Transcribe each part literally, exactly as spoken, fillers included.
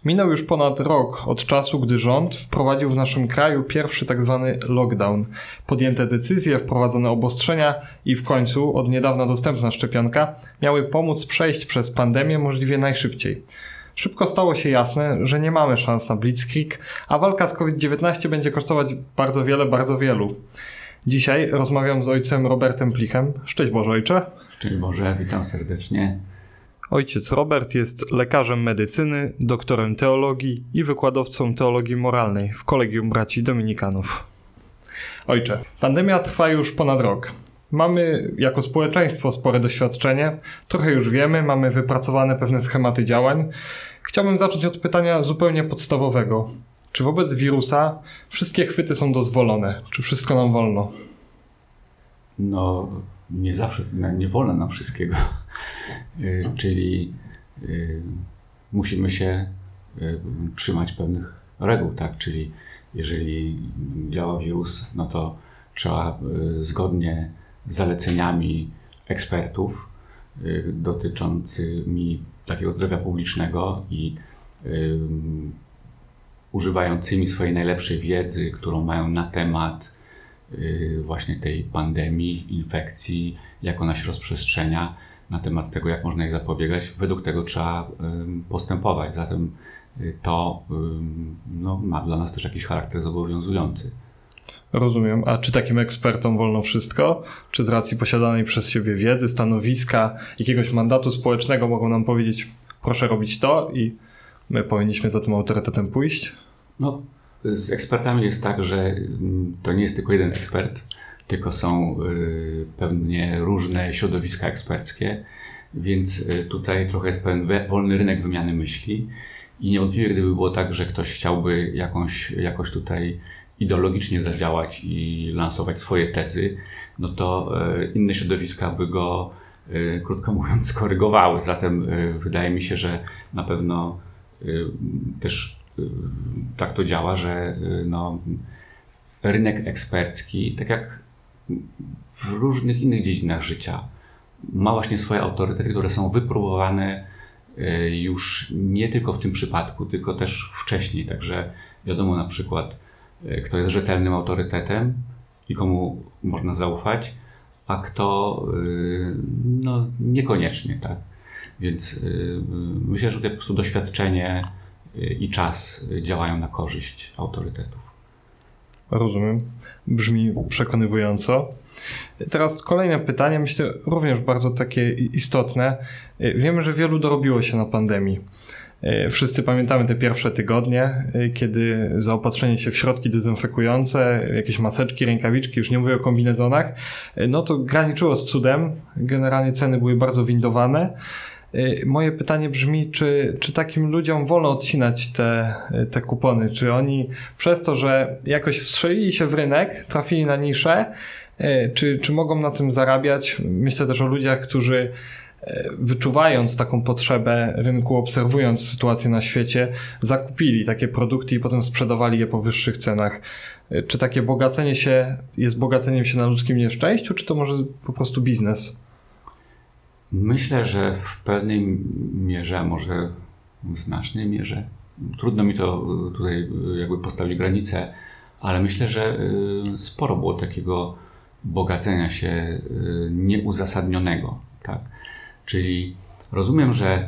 Minął już ponad rok od czasu, gdy rząd wprowadził w naszym kraju pierwszy tak zwany lockdown. Podjęte decyzje, wprowadzone obostrzenia i w końcu od niedawna dostępna szczepionka miały pomóc przejść przez pandemię możliwie najszybciej. Szybko stało się jasne, że nie mamy szans na blitzkrieg, a walka z COVID dziewiętnaście będzie kosztować bardzo wiele, bardzo wielu. Dzisiaj rozmawiam z ojcem Robertem Plichem. Szczęść Boże, ojcze. Szczęść Boże, witam serdecznie. Ojciec Robert jest lekarzem medycyny, doktorem teologii i wykładowcą teologii moralnej w Kolegium Braci Dominikanów. Ojcze, pandemia trwa już ponad rok. Mamy jako społeczeństwo spore doświadczenie, trochę już wiemy, mamy wypracowane pewne schematy działań. Chciałbym zacząć od pytania zupełnie podstawowego. Czy wobec wirusa wszystkie chwyty są dozwolone? Czy wszystko nam wolno? No, nie zawsze, nie wolno nam wszystkiego. Yy, czyli yy, musimy się yy, trzymać pewnych reguł, tak? Czyli jeżeli działa wirus, no to trzeba yy, zgodnie z zaleceniami ekspertów yy, dotyczącymi takiego zdrowia publicznego i yy, używającymi swojej najlepszej wiedzy, którą mają na temat yy, właśnie tej pandemii, infekcji, jak ona się rozprzestrzenia, na temat tego, jak można jej zapobiegać. Według tego trzeba yy, postępować. Zatem yy, to yy, no, ma dla nas też jakiś charakter zobowiązujący. Rozumiem. A czy takim ekspertom wolno wszystko? Czy z racji posiadanej przez siebie wiedzy, stanowiska, jakiegoś mandatu społecznego mogą nam powiedzieć, proszę robić to i my powinniśmy za tym autorytetem pójść? No, z ekspertami jest tak, że to nie jest tylko jeden ekspert, tylko są y, pewnie różne środowiska eksperckie, więc y, tutaj trochę jest pewien we, wolny rynek wymiany myśli i niewątpliwie gdyby było tak, że ktoś chciałby jakąś, jakoś tutaj ideologicznie zadziałać i lansować swoje tezy, no to y, inne środowiska by go, y, krótko mówiąc, skorygowały. Zatem y, wydaje mi się, że na pewno y, też tak to działa, że no, rynek ekspercki, tak jak w różnych innych dziedzinach życia, ma właśnie swoje autorytety, które są wypróbowane już nie tylko w tym przypadku, tylko też wcześniej. Także wiadomo na przykład, kto jest rzetelnym autorytetem i komu można zaufać, a kto no, niekoniecznie, tak? Więc myślę, że tutaj po prostu doświadczenie i czas działają na korzyść autorytetów. Rozumiem. Brzmi przekonywująco. Teraz kolejne pytanie, myślę również bardzo takie istotne. Wiemy, że wielu dorobiło się na pandemii. Wszyscy pamiętamy te pierwsze tygodnie, kiedy zaopatrzenie się w środki dezynfekujące, jakieś maseczki, rękawiczki, już nie mówię o kombinezonach, no to graniczyło z cudem. Generalnie ceny były bardzo windowane. Moje pytanie brzmi, czy, czy takim ludziom wolno odcinać te, te kupony? Czy oni przez to, że jakoś wstrzelili się w rynek, trafili na niszę, czy, czy mogą na tym zarabiać? Myślę też o ludziach, którzy wyczuwając taką potrzebę rynku, obserwując sytuację na świecie, zakupili takie produkty i potem sprzedawali je po wyższych cenach. Czy takie bogacenie się jest bogaceniem się na ludzkim nieszczęściu, czy to może po prostu biznes? Myślę, że w pewnej mierze, a może w znacznej mierze, trudno mi to tutaj jakby postawić granicę, ale myślę, że sporo było takiego bogacenia się nieuzasadnionego, tak? Czyli rozumiem, że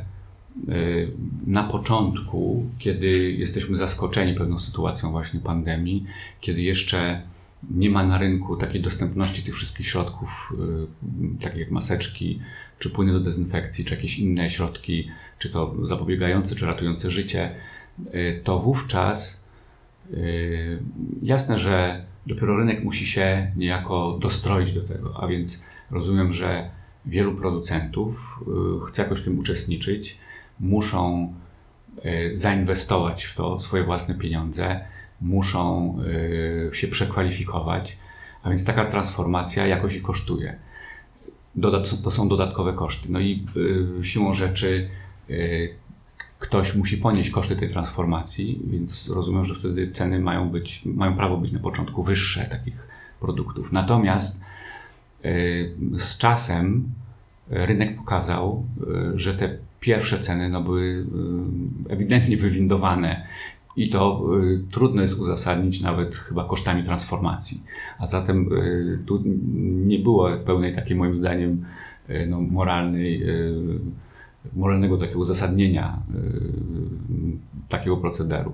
na początku, kiedy jesteśmy zaskoczeni pewną sytuacją właśnie pandemii, kiedy jeszcze nie ma na rynku takiej dostępności tych wszystkich środków, yy, takich jak maseczki, czy płyny do dezynfekcji, czy jakieś inne środki, czy to zapobiegające, czy ratujące życie, yy, to wówczas yy, jasne, że dopiero rynek musi się niejako dostroić do tego, a więc rozumiem, że wielu producentów yy, chce jakoś w tym uczestniczyć, muszą yy, zainwestować w to swoje własne pieniądze, muszą y, się przekwalifikować, a więc taka transformacja jakoś ich kosztuje. Dodat- to są dodatkowe koszty. No i y, siłą rzeczy y, ktoś musi ponieść koszty tej transformacji, więc rozumiem, że wtedy ceny mają być, mają prawo być na początku wyższe takich produktów. Natomiast y, z czasem rynek pokazał, y, że te pierwsze ceny no, były y, ewidentnie wywindowane i to y, trudno jest uzasadnić nawet chyba kosztami transformacji. A zatem y, tu nie było pełnej takiej moim zdaniem y, no, moralnej, y, moralnego takiego uzasadnienia y, takiego procederu.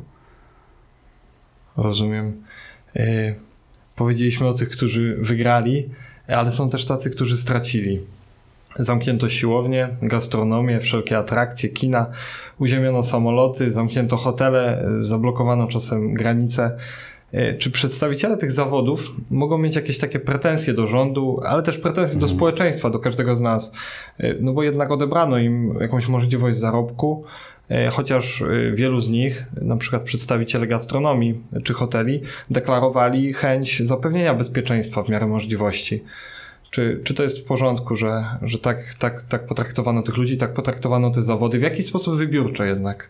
Rozumiem. Y, powiedzieliśmy o tych, którzy wygrali, ale są też tacy, którzy stracili. Zamknięto siłownie, gastronomię, wszelkie atrakcje, kina, uziemiono samoloty, zamknięto hotele, zablokowano czasem granice. Czy przedstawiciele tych zawodów mogą mieć jakieś takie pretensje do rządu, ale też pretensje do społeczeństwa, do każdego z nas? No bo jednak odebrano im jakąś możliwość zarobku, chociaż wielu z nich, na przykład przedstawiciele gastronomii czy hoteli, deklarowali chęć zapewnienia bezpieczeństwa w miarę możliwości. Czy, czy to jest w porządku, że, że tak, tak, tak potraktowano tych ludzi, tak potraktowano te zawody, w jakiś sposób wybiórczo jednak?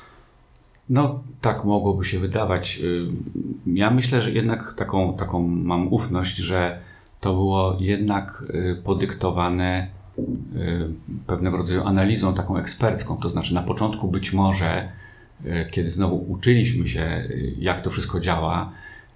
No tak mogłoby się wydawać. Ja myślę, że jednak taką, taką mam ufność, że to było jednak podyktowane pewnego rodzaju analizą taką ekspercką. To znaczy na początku być może, kiedy znowu uczyliśmy się, jak to wszystko działa,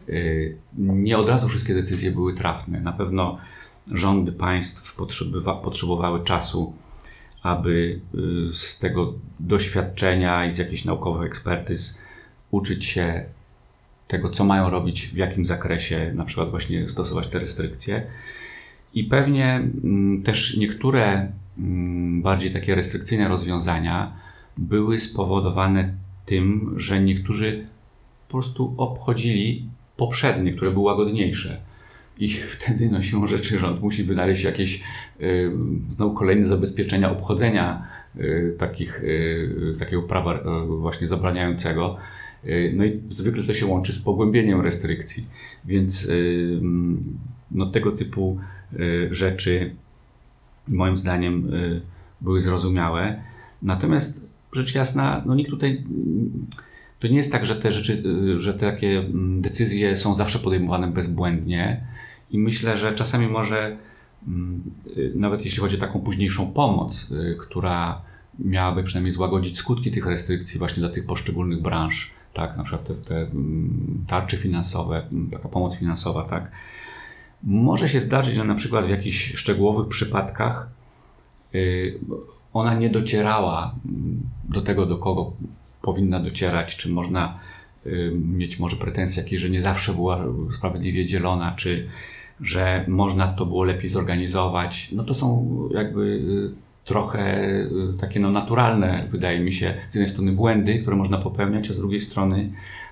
nie od razu wszystkie decyzje były trafne. Na pewno rządy państw potrzebowa- potrzebowały czasu, aby z tego doświadczenia i z jakichś naukowych ekspertyz uczyć się tego, co mają robić, w jakim zakresie, na przykład właśnie stosować te restrykcje. I pewnie m, też niektóre m, bardziej takie restrykcyjne rozwiązania były spowodowane tym, że niektórzy po prostu obchodzili poprzednie, które były łagodniejsze. I wtedy no, siłą rzeczy rząd musi wynaleźć jakieś y, znowu kolejne zabezpieczenia obchodzenia y, takich, y, takiego prawa y, właśnie zabraniającego. Y, no i zwykle to się łączy z pogłębieniem restrykcji. Więc y, no, tego typu y, rzeczy moim zdaniem y, były zrozumiałe. Natomiast rzecz jasna, no nikt tutaj... To nie jest tak, że te rzeczy, że te takie decyzje są zawsze podejmowane bezbłędnie i myślę, że czasami może, nawet jeśli chodzi o taką późniejszą pomoc, która miałaby przynajmniej złagodzić skutki tych restrykcji właśnie dla tych poszczególnych branż, tak, na przykład te, te tarcze finansowe, taka pomoc finansowa, tak, może się zdarzyć, że na przykład w jakichś szczegółowych przypadkach ona nie docierała do tego, do kogo powinna docierać, czy można y, mieć może pretensje jakieś, że nie zawsze była sprawiedliwie dzielona, czy że można to było lepiej zorganizować. No to są jakby y, trochę y, takie no, naturalne, wydaje mi się, z jednej strony błędy, które można popełniać, a z drugiej strony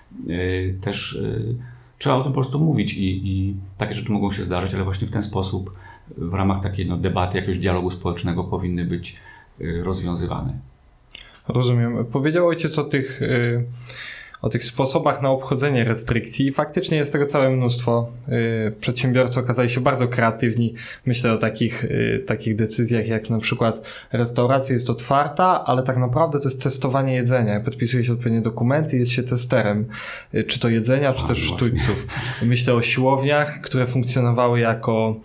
y, też y, trzeba o tym po prostu mówić i, i takie rzeczy mogą się zdarzyć, ale właśnie w ten sposób w ramach takiej no, debaty, jakiegoś dialogu społecznego powinny być y, rozwiązywane. Rozumiem. Powiedział ojciec o tych, yy, o tych sposobach na obchodzenie restrykcji i faktycznie jest tego całe mnóstwo. Yy, przedsiębiorcy okazali się bardzo kreatywni. Myślę o takich, yy, takich decyzjach jak na przykład restauracja jest otwarta, ale tak naprawdę to jest testowanie jedzenia. Podpisuje się odpowiednie dokumenty i jest się testerem. Yy, czy to jedzenia, czy A, też sztućców. Myślę o siłowniach, które funkcjonowały jako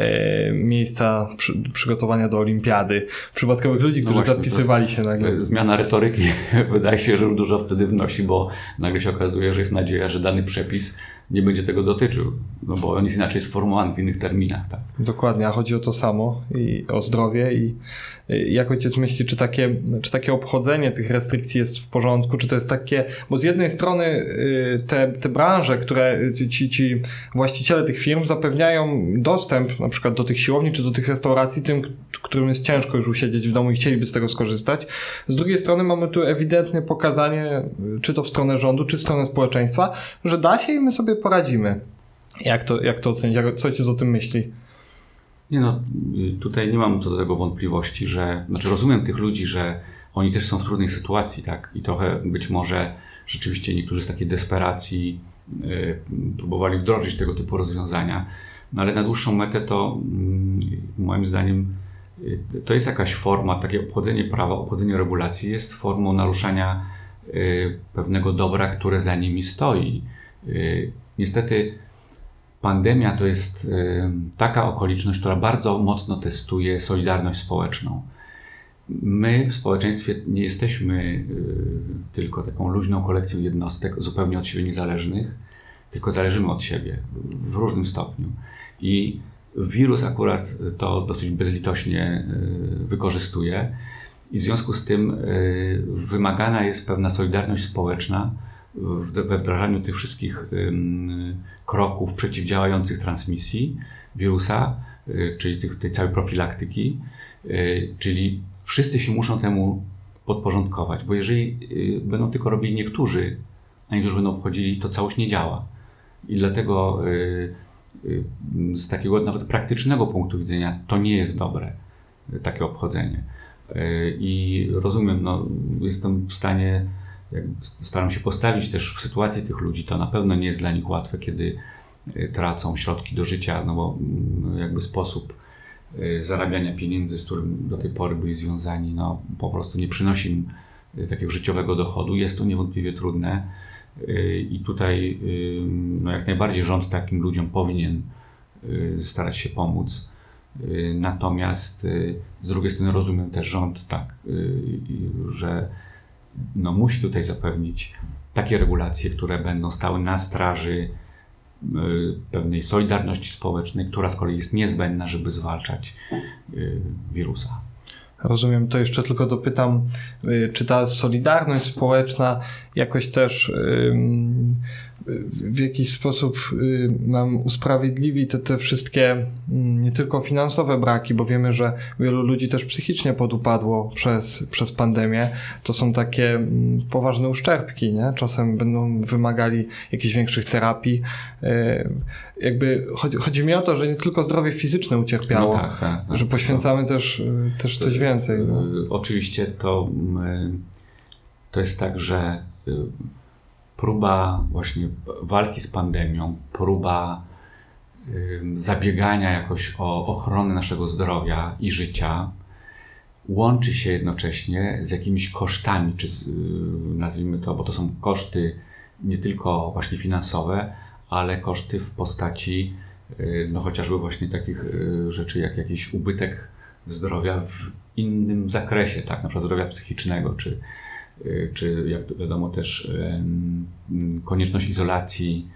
miejsca przy, przygotowania do olimpiady. Przypadkowych ludzi, którzy no właśnie, zapisywali się nagle. Zmiana retoryki wydaje się, że dużo wtedy wnosi, bo nagle się okazuje, że jest nadzieja, że dany przepis nie będzie tego dotyczył, no bo on jest inaczej sformułowany w innych terminach. Tak? Dokładnie, a chodzi o to samo i o zdrowie i jak ojciec myśli, czy takie, czy takie obchodzenie tych restrykcji jest w porządku, czy to jest takie, bo z jednej strony te, te branże, które ci, ci właściciele tych firm zapewniają dostęp na przykład do tych siłowni, czy do tych restauracji tym, którym jest ciężko już usiedzieć w domu i chcieliby z tego skorzystać. Z drugiej strony mamy tu ewidentne pokazanie, czy to w stronę rządu, czy w stronę społeczeństwa, że da się i my sobie poradzimy. Jak to, jak to ocenić? Co ojciec o tym myśli? Nie no, tutaj nie mam co do tego wątpliwości, że, znaczy rozumiem tych ludzi, że oni też są w trudnej sytuacji, tak, i trochę być może rzeczywiście niektórzy z takiej desperacji y, próbowali wdrożyć tego typu rozwiązania, no ale na dłuższą metę to y, moim zdaniem y, to jest jakaś forma, takie obchodzenie prawa, obchodzenie regulacji jest formą naruszania y, pewnego dobra, które za nimi stoi. Y, niestety pandemia to jest y, taka okoliczność, która bardzo mocno testuje solidarność społeczną. My w społeczeństwie nie jesteśmy y, tylko taką luźną kolekcją jednostek zupełnie od siebie niezależnych, tylko zależymy od siebie w różnym stopniu. I wirus akurat to dosyć bezlitośnie wykorzystuje i w związku z tym wymagana jest pewna solidarność społeczna we wdrażaniu tych wszystkich kroków przeciwdziałających transmisji wirusa, czyli tych, tej całej profilaktyki, czyli wszyscy się muszą temu podporządkować, bo jeżeli będą tylko robili niektórzy, a niektórzy będą obchodzili, to całość nie działa. I dlatego z takiego nawet praktycznego punktu widzenia to nie jest dobre, takie obchodzenie. I rozumiem, no, jestem w stanie, jak staram się postawić też w sytuacji tych ludzi, to na pewno nie jest dla nich łatwe, kiedy tracą środki do życia, no bo jakby sposób zarabiania pieniędzy, z którym do tej pory byli związani, no po prostu nie przynosi im takiego życiowego dochodu. Jest to niewątpliwie trudne i tutaj no jak najbardziej rząd takim ludziom powinien starać się pomóc. Natomiast z drugiej strony rozumiem też rząd tak, że no musi tutaj zapewnić takie regulacje, które będą stały na straży pewnej solidarności społecznej, która z kolei jest niezbędna, żeby zwalczać wirusa. Rozumiem, to jeszcze tylko dopytam, czy ta solidarność społeczna jakoś też w jakiś sposób nam usprawiedliwi te, te wszystkie nie tylko finansowe braki, bo wiemy, że wielu ludzi też psychicznie podupadło przez, przez pandemię. To są takie poważne uszczerbki, nie? Czasem będą wymagali jakichś większych terapii. Jakby chodzi, chodzi mi o to, że nie tylko zdrowie fizyczne ucierpiało, no tak, tak, tak, że poświęcamy to, też, też coś więcej. No. Oczywiście to, to jest tak, że próba właśnie walki z pandemią, próba y, zabiegania jakoś o ochronę naszego zdrowia i życia łączy się jednocześnie z jakimiś kosztami, czy z, y, nazwijmy to, bo to są koszty nie tylko właśnie finansowe, ale koszty w postaci y, no chociażby właśnie takich y, rzeczy jak jakiś ubytek zdrowia w innym zakresie, tak, na przykład zdrowia psychicznego, czy czy jak wiadomo też konieczność izolacji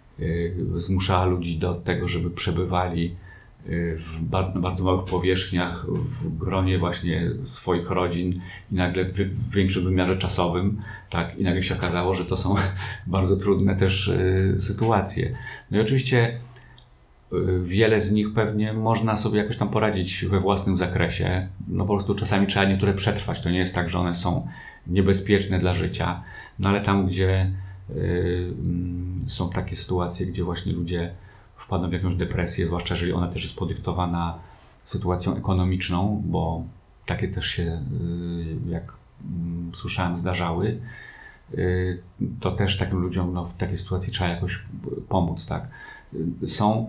zmuszała ludzi do tego, żeby przebywali w bardzo małych powierzchniach, w gronie właśnie swoich rodzin i nagle w większym wymiarze czasowym, tak, i nagle się okazało, że to są bardzo trudne też sytuacje. No i oczywiście wiele z nich pewnie można sobie jakoś tam poradzić we własnym zakresie, no po prostu czasami trzeba niektóre przetrwać, to nie jest tak, że one są niebezpieczne dla życia, no ale tam, gdzie y, są takie sytuacje, gdzie właśnie ludzie wpadną w jakąś depresję, zwłaszcza jeżeli ona też jest podyktowana sytuacją ekonomiczną, bo takie też się, y, jak y, słyszałem, zdarzały, y, to też takim ludziom no, w takiej sytuacji trzeba jakoś pomóc, tak. Y, są,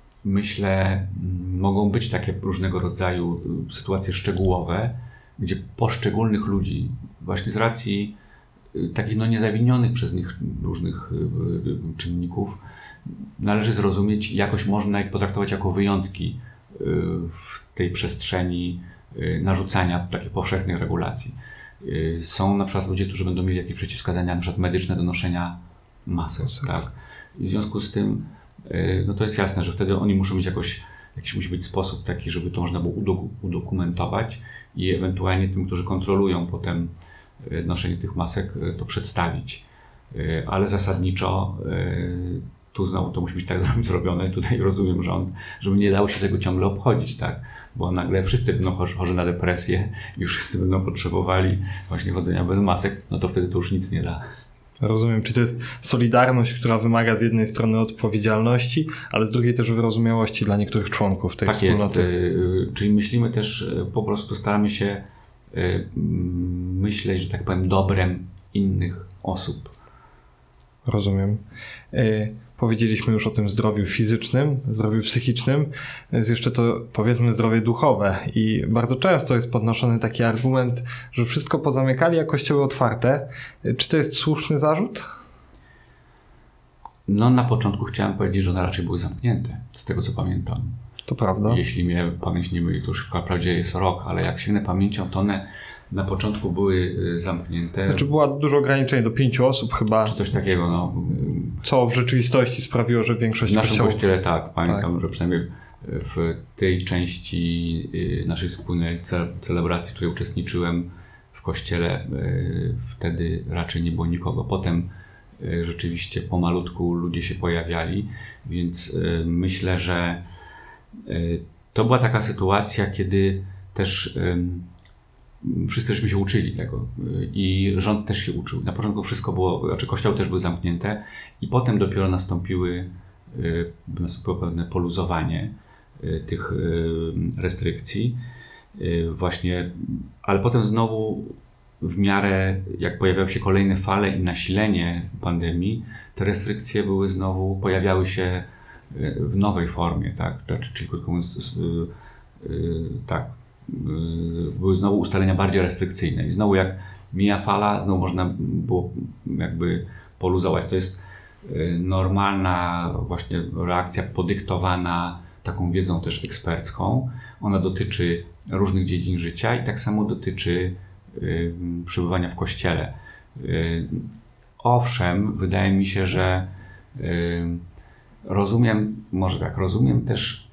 myślę, y, mogą być takie różnego rodzaju y, sytuacje szczegółowe, gdzie poszczególnych ludzi, właśnie z racji y, takich no, niezawinionych przez nich różnych y, y, czynników, należy zrozumieć, jakoś można ich potraktować jako wyjątki y, w tej przestrzeni y, narzucania takich powszechnych regulacji. Y, są na przykład ludzie, którzy będą mieli jakieś przeciwwskazania, na przykład medyczne do noszenia masek. Tak? I w związku z tym y, no to jest jasne, że wtedy oni muszą mieć jakoś, jakiś musi być sposób taki, żeby to można było udok- udokumentować i ewentualnie tym, którzy kontrolują potem noszenie tych masek, to przedstawić. Ale zasadniczo tu znowu to musi być tak zrobione, tutaj rozumiem rząd, żeby nie dało się tego ciągle obchodzić, tak? Bo nagle wszyscy będą chorzy na depresję i wszyscy będą potrzebowali właśnie chodzenia bez masek, no to wtedy to już nic nie da. Rozumiem, czy to jest solidarność, która wymaga z jednej strony odpowiedzialności, ale z drugiej też wyrozumiałości dla niektórych członków tej tak wspólnoty. Tak jest, czyli myślimy też, po prostu staramy się myśleć, że tak powiem, dobrem innych osób. Rozumiem. Powiedzieliśmy już o tym zdrowiu fizycznym, zdrowiu psychicznym, jest jeszcze to, powiedzmy, zdrowie duchowe i bardzo często jest podnoszony taki argument, że wszystko pozamykali, a kościoły otwarte. Czy to jest słuszny zarzut? No na początku chciałem powiedzieć, że one raczej były zamknięte, z tego co pamiętam. To prawda. Jeśli mnie pamięć nie myli, to już wprawdzie jest rok, ale jak sięgnę pamięcią, to one na początku były zamknięte. Znaczy była dużo ograniczeń do pięciu osób chyba. Czy coś takiego, no. Co w rzeczywistości sprawiło, że większość w naszym kościołów... kościele tak, pamiętam, tak. że przynajmniej w tej części naszej wspólnej celebracji, w której uczestniczyłem w kościele, wtedy raczej nie było nikogo. Potem rzeczywiście pomalutku ludzie się pojawiali, więc myślę, że to była taka sytuacja, kiedy też wszyscy żeśmy się uczyli tego i rząd też się uczył. Na początku wszystko było, znaczy kościoły też były zamknięte i potem dopiero nastąpiły, nastąpiło pewne poluzowanie tych restrykcji właśnie, ale potem znowu w miarę jak pojawiały się kolejne fale i nasilenie pandemii, te restrykcje były znowu, pojawiały się w nowej formie, tak, czyli krótko mówiąc, tak, były znowu ustalenia bardziej restrykcyjne i znowu jak mija fala, znowu można było jakby poluzować. To jest normalna właśnie reakcja podyktowana taką wiedzą też ekspercką. Ona dotyczy różnych dziedzin życia i tak samo dotyczy y, przebywania w kościele. Y, owszem, wydaje mi się, że y, rozumiem, może tak, rozumiem też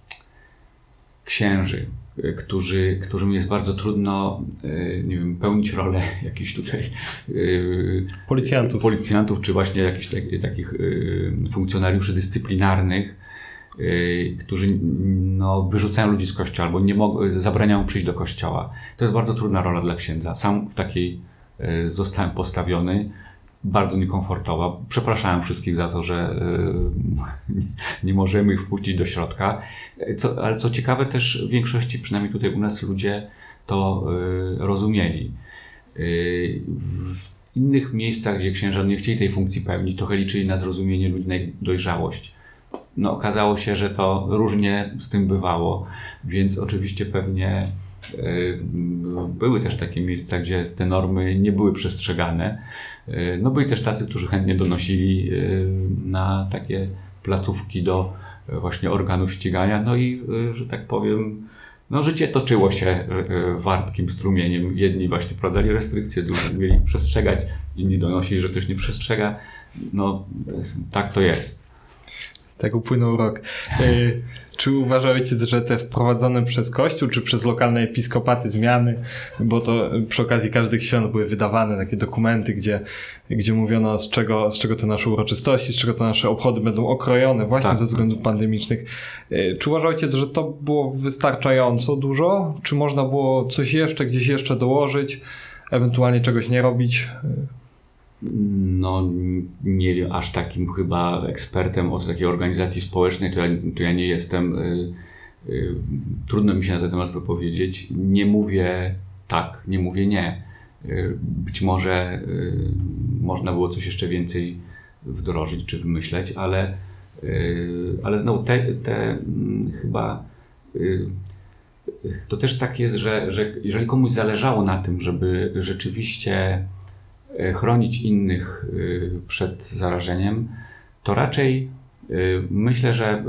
księży, y, którzy, którym jest bardzo trudno y, nie wiem, pełnić rolę jakichś tutaj y, policjantów. policjantów, czy właśnie jakichś tak, takich y, funkcjonariuszy dyscyplinarnych, którzy no, wyrzucają ludzi z kościoła albo nie mogą, zabraniają przyjść do kościoła. To jest bardzo trudna rola dla księdza. Sam w takiej y, zostałem postawiony, bardzo niekomfortowa. Przepraszałem wszystkich za to, że y, nie możemy ich wpuścić do środka. Co, ale co ciekawe, też w większości, przynajmniej tutaj u nas, ludzie to y, rozumieli. Y, w innych miejscach, gdzie księża nie chcieli tej funkcji pełnić, trochę liczyli na zrozumienie ludzi, na ich dojrzałość. No, okazało się, że to różnie z tym bywało, więc oczywiście pewnie y, były też takie miejsca, gdzie te normy nie były przestrzegane. Y, no byli też tacy, którzy chętnie donosili y, na takie placówki do y, właśnie organów ścigania, no i, y, że tak powiem, no życie toczyło się y, wartkim strumieniem. Jedni właśnie wprowadzali restrykcje, drudzy mieli przestrzegać, inni donosili, że ktoś nie przestrzega. No y, tak to jest. Tak upłynął rok. Y, czy uważa ojciec, że te wprowadzone przez Kościół, czy przez lokalne episkopaty zmiany, bo to przy okazji każdych świąt były wydawane takie dokumenty, gdzie, gdzie mówiono z czego, z czego te nasze uroczystości, z czego te nasze obchody będą okrojone właśnie tak. ze względów pandemicznych. Y, czy uważa ojciec, że to było wystarczająco dużo? Czy można było coś jeszcze, gdzieś jeszcze dołożyć, ewentualnie czegoś nie robić? No nie wiem, aż takim chyba ekspertem od takiej organizacji społecznej to ja, to ja nie jestem. Y, y, trudno mi się na ten temat wypowiedzieć. Nie mówię tak, nie mówię nie. Y, być może y, można było coś jeszcze więcej wdrożyć czy wymyśleć, ale, y, ale znowu te, te y, chyba y, to też tak jest, że, że jeżeli komuś zależało na tym, żeby rzeczywiście chronić innych przed zarażeniem, to raczej myślę, że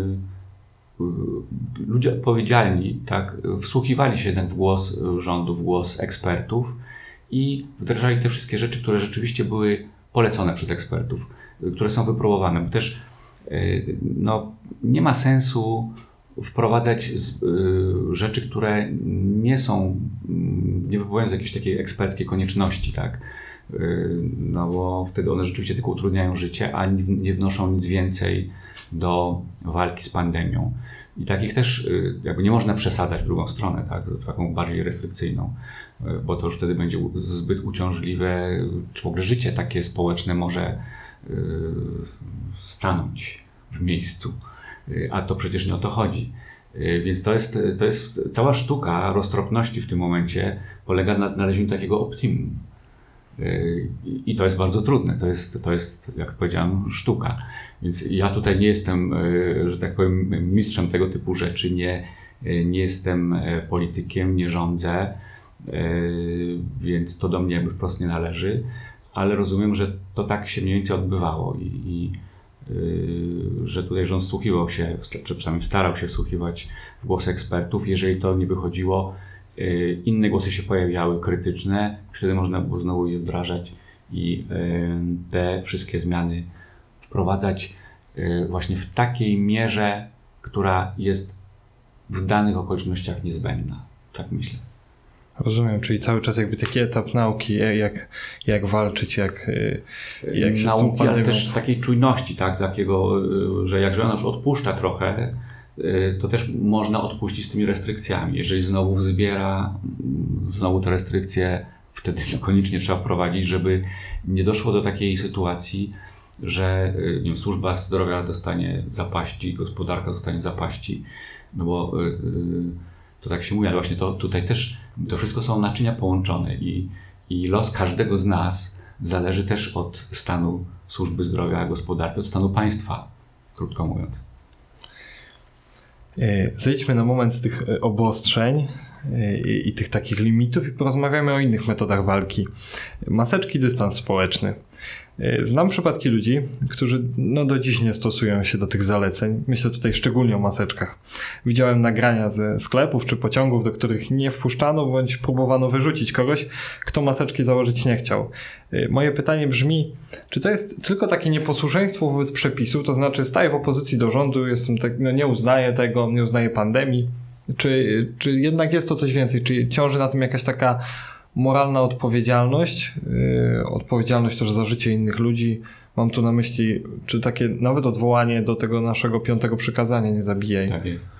ludzie odpowiedzialni tak, wsłuchiwali się jednak w głos rządu, w głos ekspertów i wdrażali te wszystkie rzeczy, które rzeczywiście były polecone przez ekspertów, które są wypróbowane. Bo też no, nie ma sensu wprowadzać z, y, rzeczy, które nie są, nie wypływają z jakiejś takiej eksperckiej konieczności, tak? Y, no bo wtedy one rzeczywiście tylko utrudniają życie, a nie, nie wnoszą nic więcej do walki z pandemią. I takich też y, jakby nie można przesadzać w drugą stronę, tak? Taką bardziej restrykcyjną, y, bo to już wtedy będzie zbyt uciążliwe, czy w ogóle życie takie społeczne może y, stanąć w miejscu. A to przecież nie o to chodzi. Więc to jest, to jest cała sztuka roztropności w tym momencie polega na znalezieniu takiego optimum. I to jest bardzo trudne. To jest, to jest, jak powiedziałem, sztuka. Więc ja tutaj nie jestem, że tak powiem, mistrzem tego typu rzeczy. Nie, nie jestem politykiem, nie rządzę, więc to do mnie wprost nie należy. Ale rozumiem, że to tak się mniej więcej odbywało i, i że tutaj rząd wsłuchiwał się, czy przynajmniej starał się wsłuchiwać w głos ekspertów. Jeżeli to nie wychodziło, Inne głosy się pojawiały, krytyczne, wtedy można było znowu je wdrażać i te wszystkie zmiany wprowadzać właśnie w takiej mierze, która jest w danych okolicznościach niezbędna. Tak myślę. Rozumiem, czyli cały czas jakby taki etap nauki, jak, jak walczyć, jak, jak się nauki, z tą pandemią... ale też takiej czujności, tak, takiego, że jak żona już odpuszcza trochę, to też można odpuścić z tymi restrykcjami. Jeżeli znowu wzbiera, znowu te restrykcje, wtedy koniecznie trzeba wprowadzić, żeby nie doszło do takiej sytuacji, że nie wiem, służba zdrowia dostanie zapaści, gospodarka dostanie zapaści, no bo to tak się mówi, ale właśnie to tutaj też, to wszystko są naczynia połączone i, i los każdego z nas zależy też od stanu służby zdrowia, gospodarki, od stanu państwa, krótko mówiąc. Zejdźmy na moment z tych obostrzeń i, i tych takich limitów i porozmawiamy o innych metodach walki. Maseczki, dystans społeczny. Znam przypadki ludzi, którzy no do dziś nie stosują się do tych zaleceń. Myślę tutaj szczególnie o maseczkach. Widziałem nagrania ze sklepów czy pociągów, do których nie wpuszczano bądź próbowano wyrzucić kogoś, kto maseczki założyć nie chciał. Moje pytanie brzmi, czy to jest tylko takie nieposłuszeństwo wobec przepisu, to znaczy staję w opozycji do rządu, jestem tak, no nie uznaję tego, nie uznaję pandemii, czy, czy jednak jest to coś więcej, czy ciąży na tym jakaś taka moralna odpowiedzialność, yy, odpowiedzialność też za życie innych ludzi. Mam tu na myśli, czy takie nawet odwołanie do tego naszego piątego przykazania, nie zabijaj. Tak jest.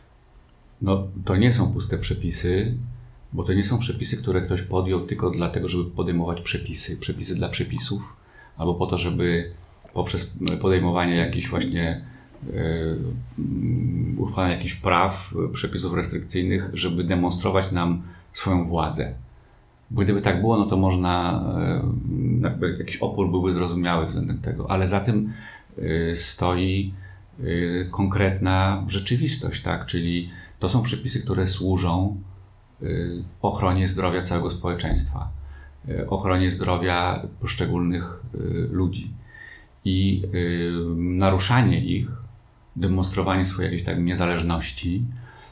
No to nie są puste przepisy, bo to nie są przepisy, które ktoś podjął tylko dlatego, żeby podejmować przepisy, przepisy dla przepisów, albo po to, żeby poprzez podejmowanie jakichś właśnie yy, uchwalania jakichś praw, przepisów restrykcyjnych, żeby demonstrować nam swoją władzę. Bo gdyby tak było, no to można, jakby jakiś opór byłby zrozumiały względem tego, ale za tym stoi konkretna rzeczywistość, tak? Czyli to są przepisy, które służą ochronie zdrowia całego społeczeństwa, ochronie zdrowia poszczególnych ludzi i naruszanie ich, demonstrowanie swojej jakiejś tak niezależności,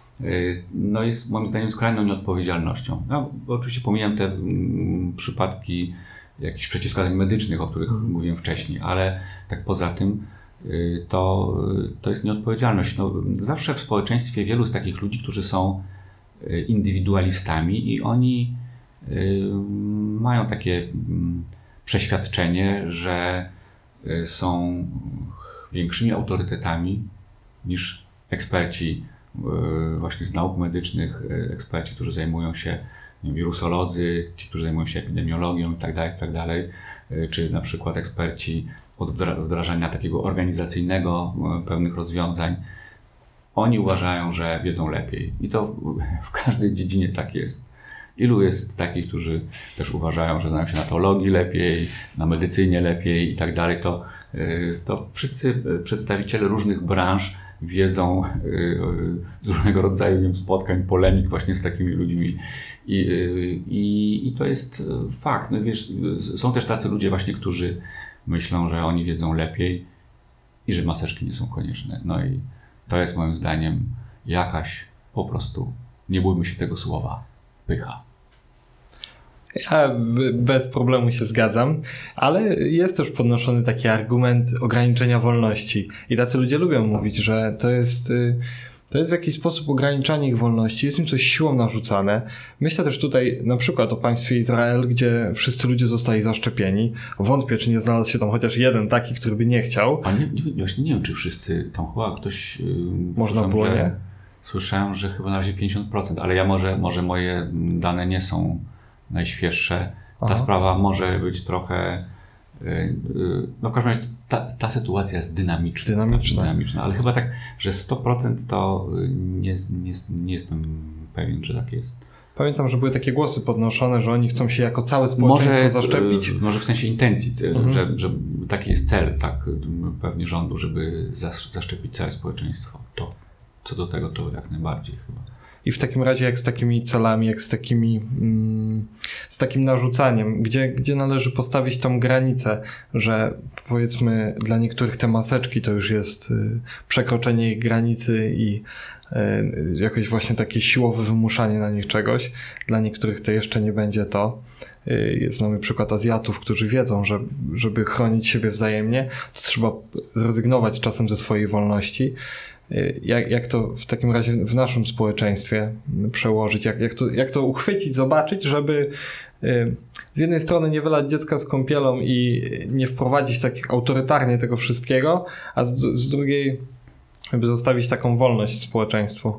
no jest moim zdaniem skrajną nieodpowiedzialnością. No, oczywiście pomijam te mm, przypadki jakichś przeciwwskazań medycznych, o których hmm. mówiłem wcześniej, ale tak poza tym y, to, to jest nieodpowiedzialność. No, zawsze w społeczeństwie wielu z takich ludzi, którzy są y, indywidualistami i oni y, mają takie y, przeświadczenie, że y, są większymi autorytetami niż eksperci właśnie z nauk medycznych, eksperci, którzy zajmują się nie wiem, wirusolodzy, ci, którzy zajmują się epidemiologią itd., itd., czy na przykład eksperci od wdrażania takiego organizacyjnego pewnych rozwiązań. Oni uważają, że wiedzą lepiej i to w każdej dziedzinie tak jest. Ilu jest takich, którzy też uważają, że znają się na teologii lepiej, na medycynie lepiej i tak dalej, to, to wszyscy przedstawiciele różnych branż wiedzą z różnego rodzaju nie wiem, spotkań, polemik właśnie z takimi ludźmi i, i, i to jest fakt. No wiesz, są też tacy ludzie właśnie, którzy myślą, że oni wiedzą lepiej i że maseczki nie są konieczne. No i to jest moim zdaniem jakaś po prostu, nie bójmy się tego słowa, pycha. Ja bez problemu się zgadzam, ale jest też podnoszony taki argument ograniczenia wolności. I tacy ludzie lubią mówić, że to jest, to jest w jakiś sposób ograniczanie ich wolności, jest im coś siłą narzucane. Myślę też tutaj na przykład o państwie Izrael, gdzie wszyscy ludzie zostali zaszczepieni. Wątpię, czy nie znalazł się tam chociaż jeden taki, który by nie chciał. A nie, nie, właśnie nie wiem, czy wszyscy, tam chyba ktoś... Yy, Można było, że, nie? Słyszałem, że chyba na razie pięćdziesiąt procent, ale ja może, może moje dane nie są najświeższe. Ta Aha. sprawa może być trochę, no w każdym razie ta, ta sytuacja jest dynamiczna, dynamiczna. dynamiczna, ale chyba tak, że sto procent to nie, nie, nie jestem pewien, że tak jest. Pamiętam, że były takie głosy podnoszone, że oni chcą się jako całe społeczeństwo może, zaszczepić. Może w sensie intencji, mhm. że, że taki jest cel, tak, pewnie rządu, żeby zaszczepić całe społeczeństwo. To co do tego to jak najbardziej chyba. I w takim razie jak z takimi celami, jak z takimi mm, z takim narzucaniem, gdzie, gdzie należy postawić tą granicę, że powiedzmy dla niektórych te maseczki to już jest y, przekroczenie ich granicy i jakoś właśnie takie siłowe wymuszanie na nich czegoś. Dla niektórych to jeszcze nie będzie to. Znamy przykład Azjatów, którzy wiedzą, że żeby chronić siebie wzajemnie, to trzeba zrezygnować czasem ze swojej wolności. Jak, jak to w takim razie w naszym społeczeństwie przełożyć? Jak, jak, to, jak to uchwycić, zobaczyć, żeby z jednej strony nie wylać dziecka z kąpielą i nie wprowadzić tak autorytarnie tego wszystkiego, a z, z drugiej żeby zostawić taką wolność społeczeństwu?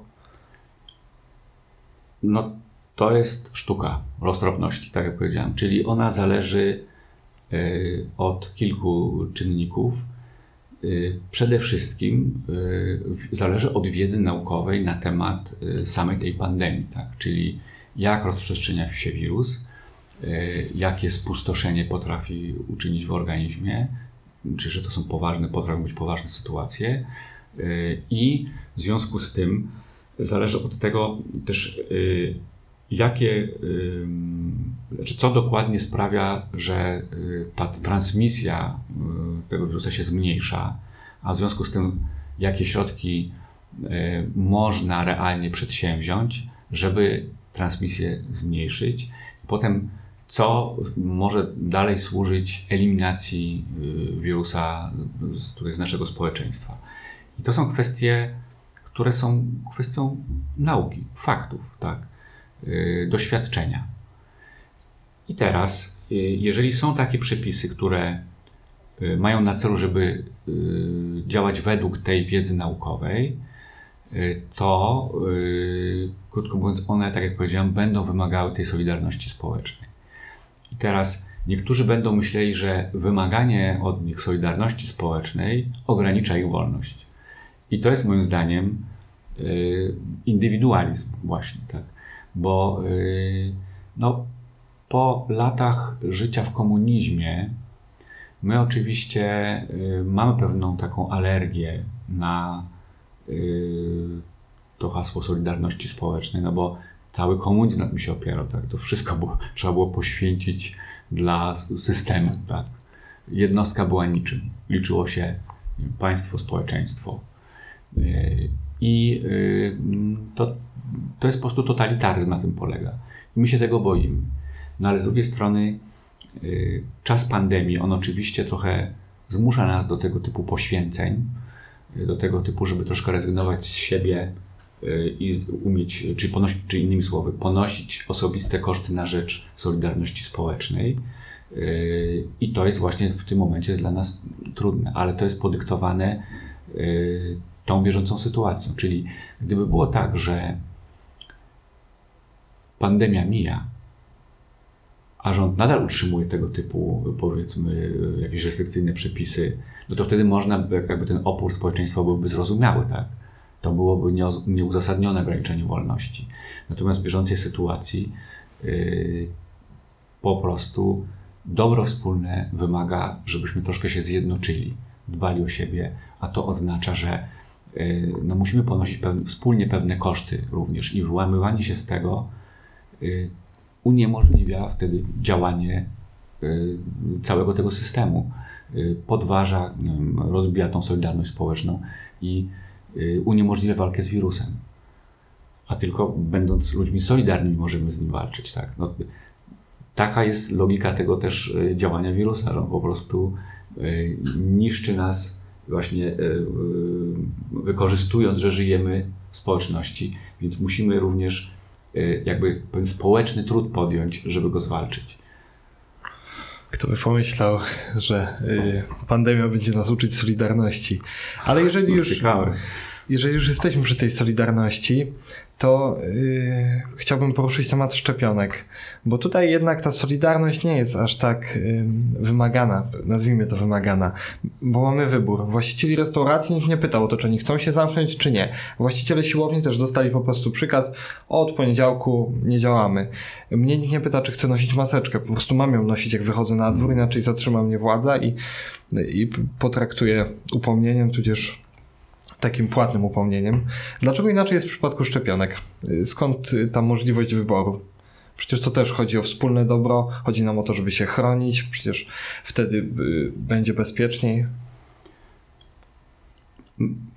No to jest sztuka roztropności, tak jak powiedziałem, czyli ona zależy y, od kilku czynników. Y, przede wszystkim y, zależy od wiedzy naukowej na temat y, samej tej pandemii, tak? Czyli jak rozprzestrzenia się wirus, y, jakie spustoszenie potrafi uczynić w organizmie, czy że to są poważne, potrafią być poważne sytuacje y, i w związku z tym zależy od tego też y, jakie, znaczy co dokładnie sprawia, że ta transmisja tego wirusa się zmniejsza, a w związku z tym jakie środki można realnie przedsięwziąć, żeby transmisję zmniejszyć. Potem co może dalej służyć eliminacji wirusa z naszego społeczeństwa. I to są kwestie, które są kwestią nauki, faktów, tak? Doświadczenia. I teraz, jeżeli są takie przepisy, które mają na celu, żeby działać według tej wiedzy naukowej, to krótko mówiąc, one, tak jak powiedziałem, będą wymagały tej solidarności społecznej. I teraz niektórzy będą myśleli, że wymaganie od nich solidarności społecznej ogranicza ich wolność. I to jest moim zdaniem indywidualizm właśnie, tak? Bo no, po latach życia w komunizmie my oczywiście mamy pewną taką alergię na to hasło solidarności społecznej, no bo cały komunizm na tym się opierał, tak? To wszystko było, trzeba było poświęcić dla systemu, tak? Jednostka była niczym. Liczyło się państwo, społeczeństwo. I to, to jest po prostu totalitaryzm na tym polega. I my się tego boimy. No ale z drugiej strony czas pandemii, on oczywiście trochę zmusza nas do tego typu poświęceń, do tego typu, żeby troszkę rezygnować z siebie i umieć, czy, ponosić, czy innymi słowy, ponosić osobiste koszty na rzecz solidarności społecznej. I to jest właśnie w tym momencie dla nas trudne, ale to jest podyktowane tą bieżącą sytuacją. Czyli gdyby było tak, że pandemia mija, a rząd nadal utrzymuje tego typu, powiedzmy, jakieś restrykcyjne przepisy, no to wtedy można, jakby ten opór społeczeństwa byłby zrozumiały, tak? To byłoby nieuzasadnione ograniczenie wolności. Natomiast w bieżącej sytuacji yy, po prostu dobro wspólne wymaga, żebyśmy troszkę się zjednoczyli, dbali o siebie, a to oznacza, że yy, no musimy ponosić pewne, wspólnie pewne koszty również i wyłamywanie się z tego yy, uniemożliwia wtedy działanie y, całego tego systemu. Y, podważa, y, rozbija tą solidarność społeczną i y, uniemożliwia walkę z wirusem. A tylko będąc ludźmi solidarnymi możemy z nim walczyć. Tak? No, taka jest logika tego też y, działania wirusa. On po prostu y, niszczy nas właśnie y, y, wykorzystując, że żyjemy w społeczności. Więc musimy również jakby pewien społeczny trud podjąć, żeby go zwalczyć. Kto by pomyślał, że pandemia będzie nas uczyć solidarności. Ale jeżeli już, jeżeli już jesteśmy przy tej solidarności, to yy, chciałbym poruszyć temat szczepionek, bo tutaj jednak ta solidarność nie jest aż tak yy, wymagana, nazwijmy to wymagana, bo mamy wybór. Właścicieli restauracji nikt nie pytał o to, czy oni chcą się zamknąć, czy nie. Właściciele siłowni też dostali po prostu przykaz, od poniedziałku nie działamy. Mnie nikt nie pyta, czy chcę nosić maseczkę, po prostu mam ją nosić, jak wychodzę na dwór, inaczej zatrzyma mnie władza i, i potraktuję upomnieniem, tudzież takim płatnym upomnieniem. Dlaczego inaczej jest w przypadku szczepionek? Skąd ta możliwość wyboru? Przecież to też chodzi o wspólne dobro, chodzi nam o to, żeby się chronić, przecież wtedy będzie bezpieczniej.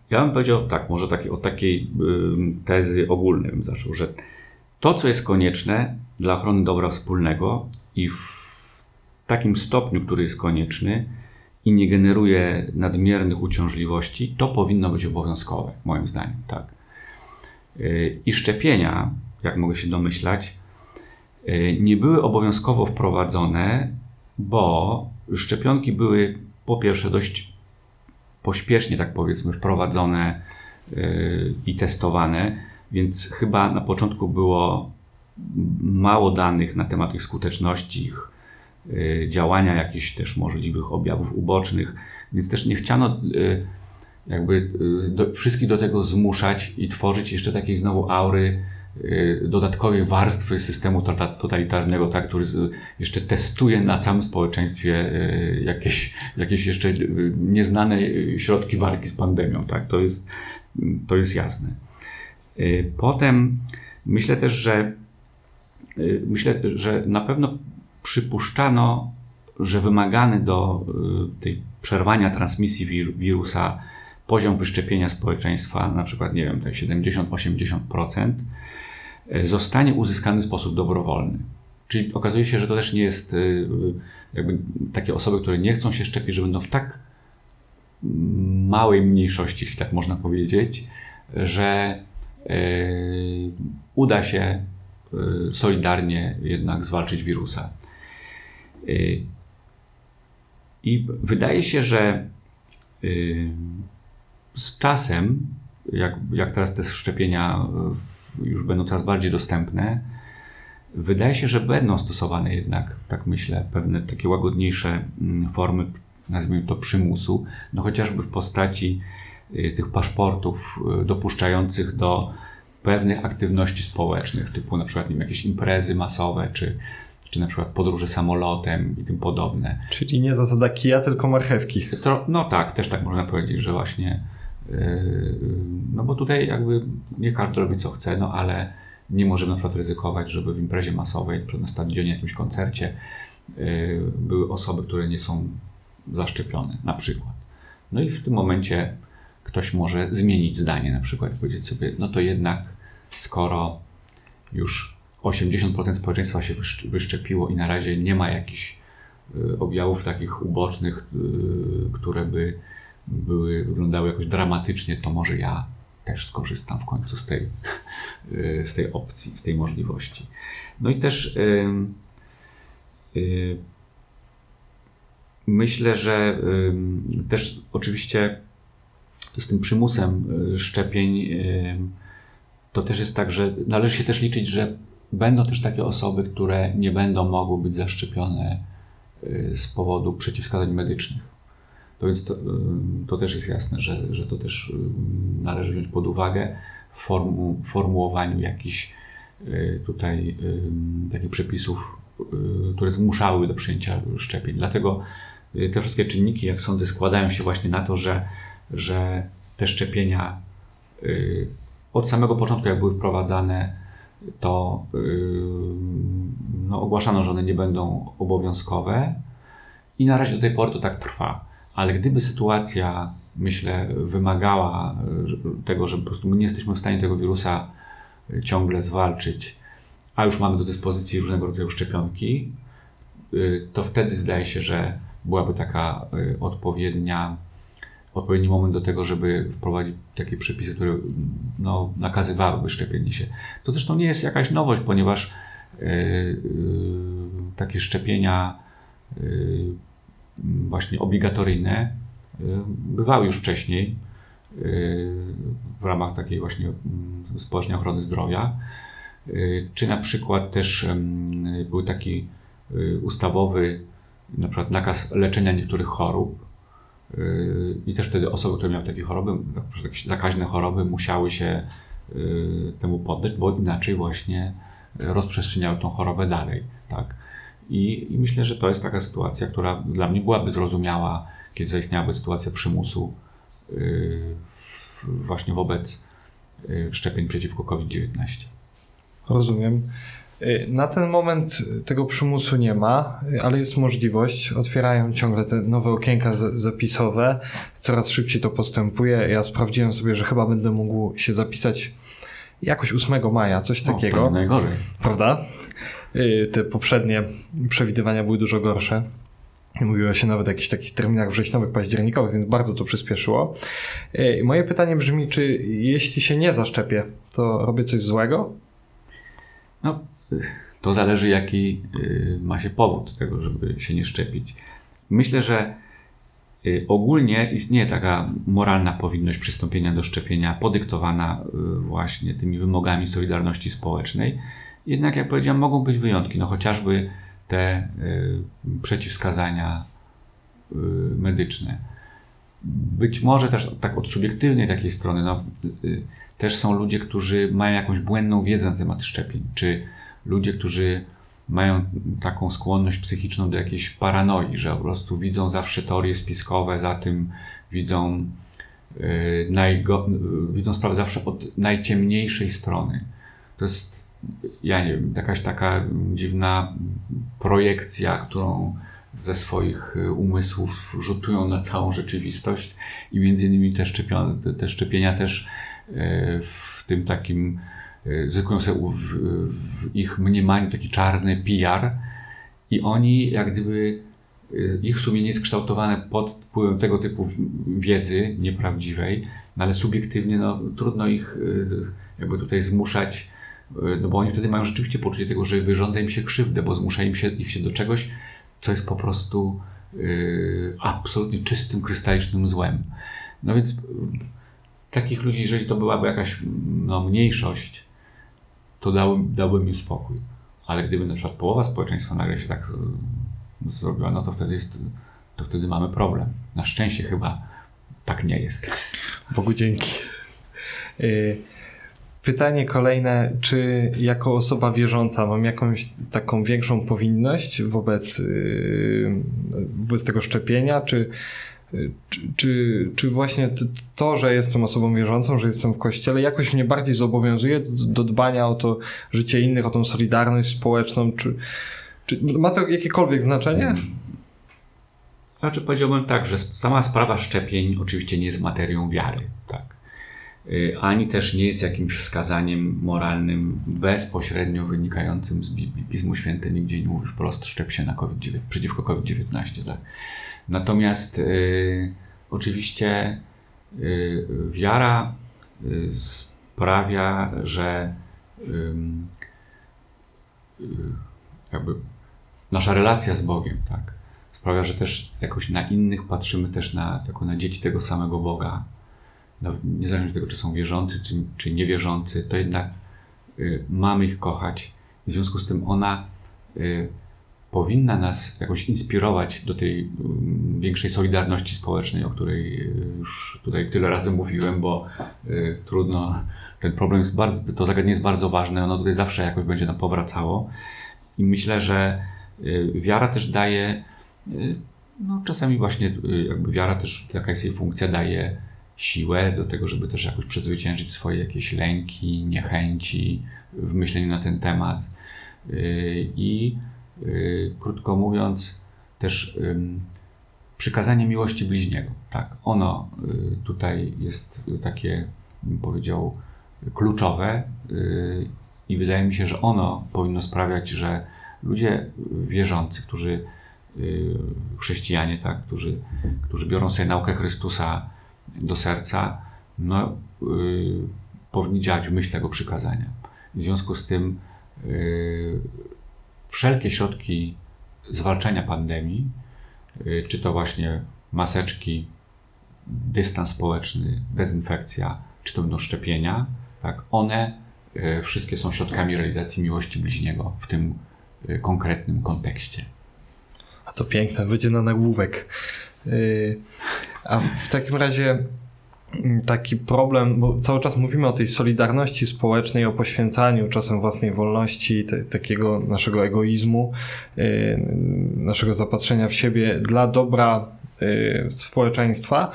Ja bym powiedział tak, może taki, od takiej tezy ogólnej bym zaczął, że to, co jest konieczne dla ochrony dobra wspólnego i w takim stopniu, który jest konieczny i nie generuje nadmiernych uciążliwości, to powinno być obowiązkowe, moim zdaniem. Tak. I szczepienia, jak mogę się domyślać, nie były obowiązkowo wprowadzone, bo szczepionki były po pierwsze dość pośpiesznie, tak powiedzmy, wprowadzone i testowane, więc chyba na początku było mało danych na temat ich skuteczności, ich działania, jakichś też możliwych objawów ubocznych, więc też nie chciano jakby do, wszystkich do tego zmuszać i tworzyć jeszcze takiej znowu aury dodatkowej warstwy systemu totalitarnego, tak, który jeszcze testuje na całym społeczeństwie jakieś, jakieś jeszcze nieznane środki walki z pandemią. Tak, to jest, to jest jasne. Potem myślę też, że myślę, że na pewno przypuszczano, że wymagany do tej przerwania transmisji wir, wirusa poziom wyszczepienia społeczeństwa, na przykład, nie wiem, tak siedemdziesiąt do osiemdziesięciu procent, zostanie uzyskany w sposób dobrowolny. Czyli okazuje się, że to też nie jest jakby takie osoby, które nie chcą się szczepić, że będą w tak małej mniejszości, jeśli tak można powiedzieć, że yy, uda się yy, solidarnie jednak zwalczyć wirusa. Yy, I wydaje się, że yy, z czasem, jak, jak teraz te szczepienia już będą coraz bardziej dostępne, wydaje się, że będą stosowane jednak, tak myślę, pewne takie łagodniejsze formy, nazwijmy to przymusu, no chociażby w postaci tych paszportów dopuszczających do pewnych aktywności społecznych, typu na przykład nie wiem, jakieś imprezy masowe, czy, czy na przykład podróże samolotem i tym podobne. Czyli nie zasada kija, tylko marchewki. To, no tak, też tak można powiedzieć, że właśnie yy, no bo tutaj jakby nie każdy robi co chce, no ale nie możemy na przykład ryzykować, żeby w imprezie masowej, na stadionie, jakimś koncercie yy, były osoby, które nie są zaszczepione, na przykład. No i w tym momencie ktoś może zmienić zdanie, na przykład powiedzieć sobie, no to jednak skoro już osiemdziesiąt procent społeczeństwa się wyszczepiło i na razie nie ma jakichś y, objawów takich ubocznych, y, które by były, wyglądały jakoś dramatycznie, to może ja też skorzystam w końcu z tej, y, z tej opcji, z tej możliwości. No i też y, y, myślę, że y, też oczywiście z tym przymusem szczepień to też jest tak, że należy się też liczyć, że będą też takie osoby, które nie będą mogły być zaszczepione z powodu przeciwwskazań medycznych. To więc to, to też jest jasne, że, że to też należy wziąć pod uwagę w formu, formułowaniu jakichś tutaj takich przepisów, które zmuszały do przyjęcia szczepień. Dlatego te wszystkie czynniki, jak sądzę, składają się właśnie na to, że że te szczepienia y, od samego początku, jak były wprowadzane, to y, no, ogłaszano, że one nie będą obowiązkowe i na razie do tej pory to tak trwa. Ale gdyby sytuacja, myślę, wymagała y, tego, że po prostu my nie jesteśmy w stanie tego wirusa y, ciągle zwalczyć, a już mamy do dyspozycji różnego rodzaju szczepionki, y, to wtedy zdaje się, że byłaby taka y, odpowiednia odpowiedni moment do tego, żeby wprowadzić takie przepisy, które no, nakazywałyby szczepienie się. To zresztą nie jest jakaś nowość, ponieważ yy, yy, takie szczepienia yy, właśnie obligatoryjne yy, bywały już wcześniej yy, w ramach takiej właśnie yy, społecznej ochrony zdrowia. Yy, czy na przykład też yy, był taki yy, ustawowy na przykład nakaz leczenia niektórych chorób. I też wtedy osoby, które miały takie choroby, jakieś zakaźne choroby, musiały się y, temu poddać, bo inaczej właśnie rozprzestrzeniały tą chorobę dalej. Tak? I, I myślę, że to jest taka sytuacja, która dla mnie byłaby zrozumiała, kiedy zaistniałaby sytuacja przymusu y, właśnie wobec y, szczepień przeciwko kowid dziewiętnaście. Rozumiem. Na ten moment tego przymusu nie ma, ale jest możliwość. Otwierają ciągle te nowe okienka zapisowe. Coraz szybciej to postępuje. Ja sprawdziłem sobie, że chyba będę mógł się zapisać jakoś ósmego maja, coś takiego. No, to najgorzej. Prawda? Te poprzednie przewidywania były dużo gorsze. Mówiło się nawet o jakichś takich terminach wrześniowych, październikowych, więc bardzo to przyspieszyło. Moje pytanie brzmi, czy jeśli się nie zaszczepię, to robię coś złego? No, to zależy, jaki ma się powód tego, żeby się nie szczepić. Myślę, że ogólnie istnieje taka moralna powinność przystąpienia do szczepienia, podyktowana właśnie tymi wymogami solidarności społecznej. Jednak, jak powiedziałem, mogą być wyjątki, no chociażby te y, przeciwwskazania y, medyczne. Być może też tak od subiektywnej takiej strony, no, y, też są ludzie, którzy mają jakąś błędną wiedzę na temat szczepień, czy ludzie, którzy mają taką skłonność psychiczną do jakiejś paranoi, że po prostu widzą zawsze teorie spiskowe, za tym widzą, y, najgo, y, widzą sprawę zawsze od najciemniejszej strony. To jest, ja nie wiem, jakaś taka dziwna projekcja, którą ze swoich umysłów rzutują na całą rzeczywistość i między innymi te, szczepione, te, te szczepienia też w tym takim zyskują sobie w ich mniemaniu taki czarny P R i oni jak gdyby ich sumienie jest kształtowane pod wpływem tego typu wiedzy nieprawdziwej, no ale subiektywnie no, trudno ich jakby tutaj zmuszać, no bo oni wtedy mają rzeczywiście poczucie tego, że wyrządza im się krzywdę, bo zmusza im się, ich się do czegoś, co jest po prostu yy, absolutnie czystym, krystalicznym złem. No więc yy, takich ludzi, jeżeli to byłaby jakaś no, mniejszość, to dałbym, dałbym im spokój. Ale gdyby na przykład połowa społeczeństwa nagle się tak yy, zrobiła, no to wtedy, jest, to wtedy mamy problem. Na szczęście chyba tak nie jest. Bogu dzięki. Yy. Pytanie kolejne, czy jako osoba wierząca mam jakąś taką większą powinność wobec, yy, wobec tego szczepienia, czy, czy, czy, czy właśnie to, że jestem osobą wierzącą, że jestem w kościele, jakoś mnie bardziej zobowiązuje do, do dbania o to życie innych, o tą solidarność społeczną, czy, czy ma to jakiekolwiek znaczenie? Znaczy powiedziałbym tak, że sama sprawa szczepień oczywiście nie jest materią wiary, tak. Ani też nie jest jakimś wskazaniem moralnym bezpośrednio wynikającym z Biblii. Pismo Święte nigdzie nie mówi wprost szczep się na COVID dziewiętnaście, przeciwko COVID dziewiętnaście. Tak? Natomiast y, oczywiście y, wiara y, sprawia, że y, y, jakby nasza relacja z Bogiem tak, sprawia, że też jakoś na innych patrzymy też na, jako na dzieci tego samego Boga. Niezależnie od tego, czy są wierzący, czy, czy niewierzący, to jednak y, mamy ich kochać. W związku z tym ona y, powinna nas jakoś inspirować do tej y, większej solidarności społecznej, o której y, już tutaj tyle razy mówiłem, bo y, trudno, ten problem jest bardzo, to zagadnienie jest bardzo ważne, ono tutaj zawsze jakoś będzie nam powracało. I myślę, że y, wiara też daje, y, no czasami właśnie y, jakby wiara też, taka jest jej funkcja, daje siłę do tego, żeby też jakoś przezwyciężyć swoje jakieś lęki, niechęci w myśleniu na ten temat. I krótko mówiąc też przykazanie miłości bliźniego. Tak, ono tutaj jest takie, bym powiedział, kluczowe i wydaje mi się, że ono powinno sprawiać, że ludzie wierzący, którzy chrześcijanie, tak, którzy, którzy biorą sobie naukę Chrystusa do serca, no, yy, powinni działać w myśl tego przykazania. W związku z tym yy, wszelkie środki zwalczania pandemii, yy, czy to właśnie maseczki, dystans społeczny, dezynfekcja, czy to będą szczepienia, tak, one yy, wszystkie są środkami realizacji miłości bliźniego w tym yy, konkretnym kontekście. A to piękne, będzie na nagłówek. Yy, a w takim razie taki problem, bo cały czas mówimy o tej solidarności społecznej, o poświęcaniu czasem własnej wolności, te, takiego naszego egoizmu, yy, naszego zapatrzenia w siebie dla dobra yy, społeczeństwa.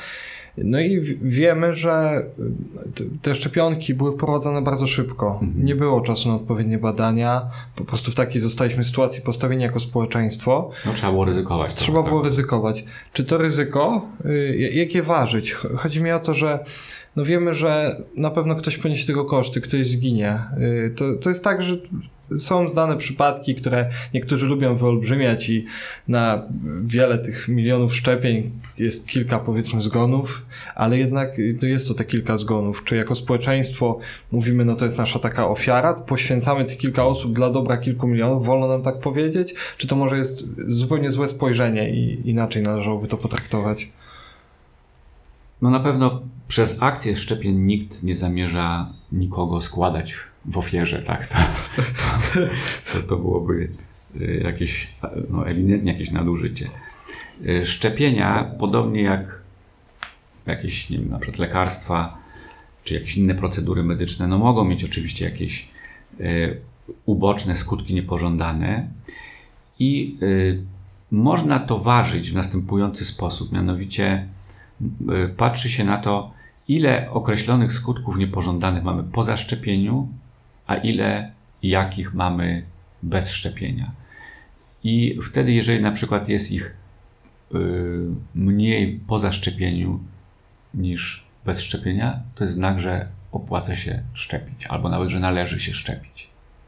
No i wiemy, że te szczepionki były wprowadzane bardzo szybko. Mhm. Nie było czasu na odpowiednie badania. Po prostu w takiej zostaliśmy sytuacji postawieni jako społeczeństwo. No trzeba było ryzykować. Trzeba to, było tak. ryzykować. Czy to ryzyko, jak je ważyć? Chodzi mi o to, że no wiemy, że na pewno ktoś poniesie tego koszty, ktoś zginie. To, to jest tak, że są znane przypadki, które niektórzy lubią wyolbrzymiać i na wiele tych milionów szczepień jest kilka, powiedzmy, zgonów, ale jednak no jest to te kilka zgonów. Czy jako społeczeństwo mówimy, no to jest nasza taka ofiara, poświęcamy tych kilka osób dla dobra kilku milionów, wolno nam tak powiedzieć? Czy to może jest zupełnie złe spojrzenie i inaczej należałoby to potraktować? No na pewno przez akcję szczepień nikt nie zamierza nikogo składać w ofierze, tak? To, to, to byłoby jakieś, no ewidentnie jakieś nadużycie. Szczepienia, podobnie jak jakieś, nie wiem, na przykład lekarstwa, czy jakieś inne procedury medyczne, no mogą mieć oczywiście jakieś y, uboczne skutki niepożądane i y, można to ważyć w następujący sposób, mianowicie y, patrzy się na to, ile określonych skutków niepożądanych mamy po zaszczepieniu, a ile jakich mamy bez szczepienia. I wtedy, jeżeli na przykład jest ich y, mniej po zaszczepieniu niż bez szczepienia, to jest znak, że opłaca się szczepić, albo nawet, że należy się szczepić.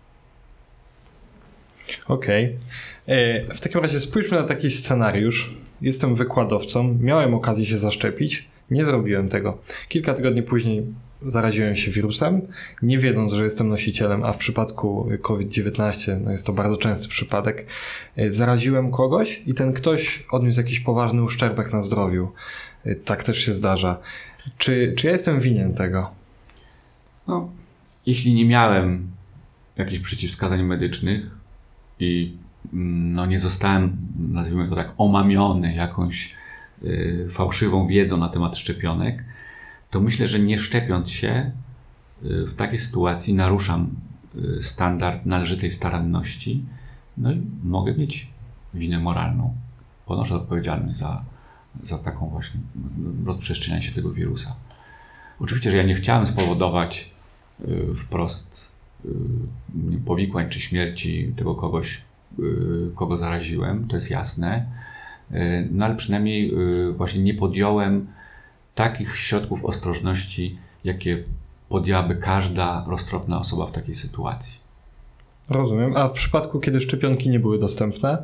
Okej. Okay. W takim razie spójrzmy na taki scenariusz. Jestem wykładowcą, miałem okazję się zaszczepić, nie zrobiłem tego. Kilka tygodni później zaraziłem się wirusem, nie wiedząc, że jestem nosicielem, a w przypadku COVID dziewiętnaście, no jest to bardzo częsty przypadek, zaraziłem kogoś i ten ktoś odniósł jakiś poważny uszczerbek na zdrowiu. Tak też się zdarza. Czy, czy ja jestem winien tego? No, jeśli nie miałem jakichś przeciwwskazań medycznych i no, nie zostałem, nazwijmy to tak, omamiony jakąś y, fałszywą wiedzą na temat szczepionek, to myślę, że nie szczepiąc się y, w takiej sytuacji naruszam y, standard należytej staranności, no i mogę mieć winę moralną. Ponoszę odpowiedzialność za, za taką właśnie rozprzestrzenianie się tego wirusa. Oczywiście, że ja nie chciałem spowodować y, wprost y, powikłań czy śmierci tego kogoś, kogo zaraziłem, to jest jasne, no ale przynajmniej właśnie nie podjąłem takich środków ostrożności, jakie podjęłaby każda roztropna osoba w takiej sytuacji. Rozumiem. A w przypadku, kiedy szczepionki nie były dostępne?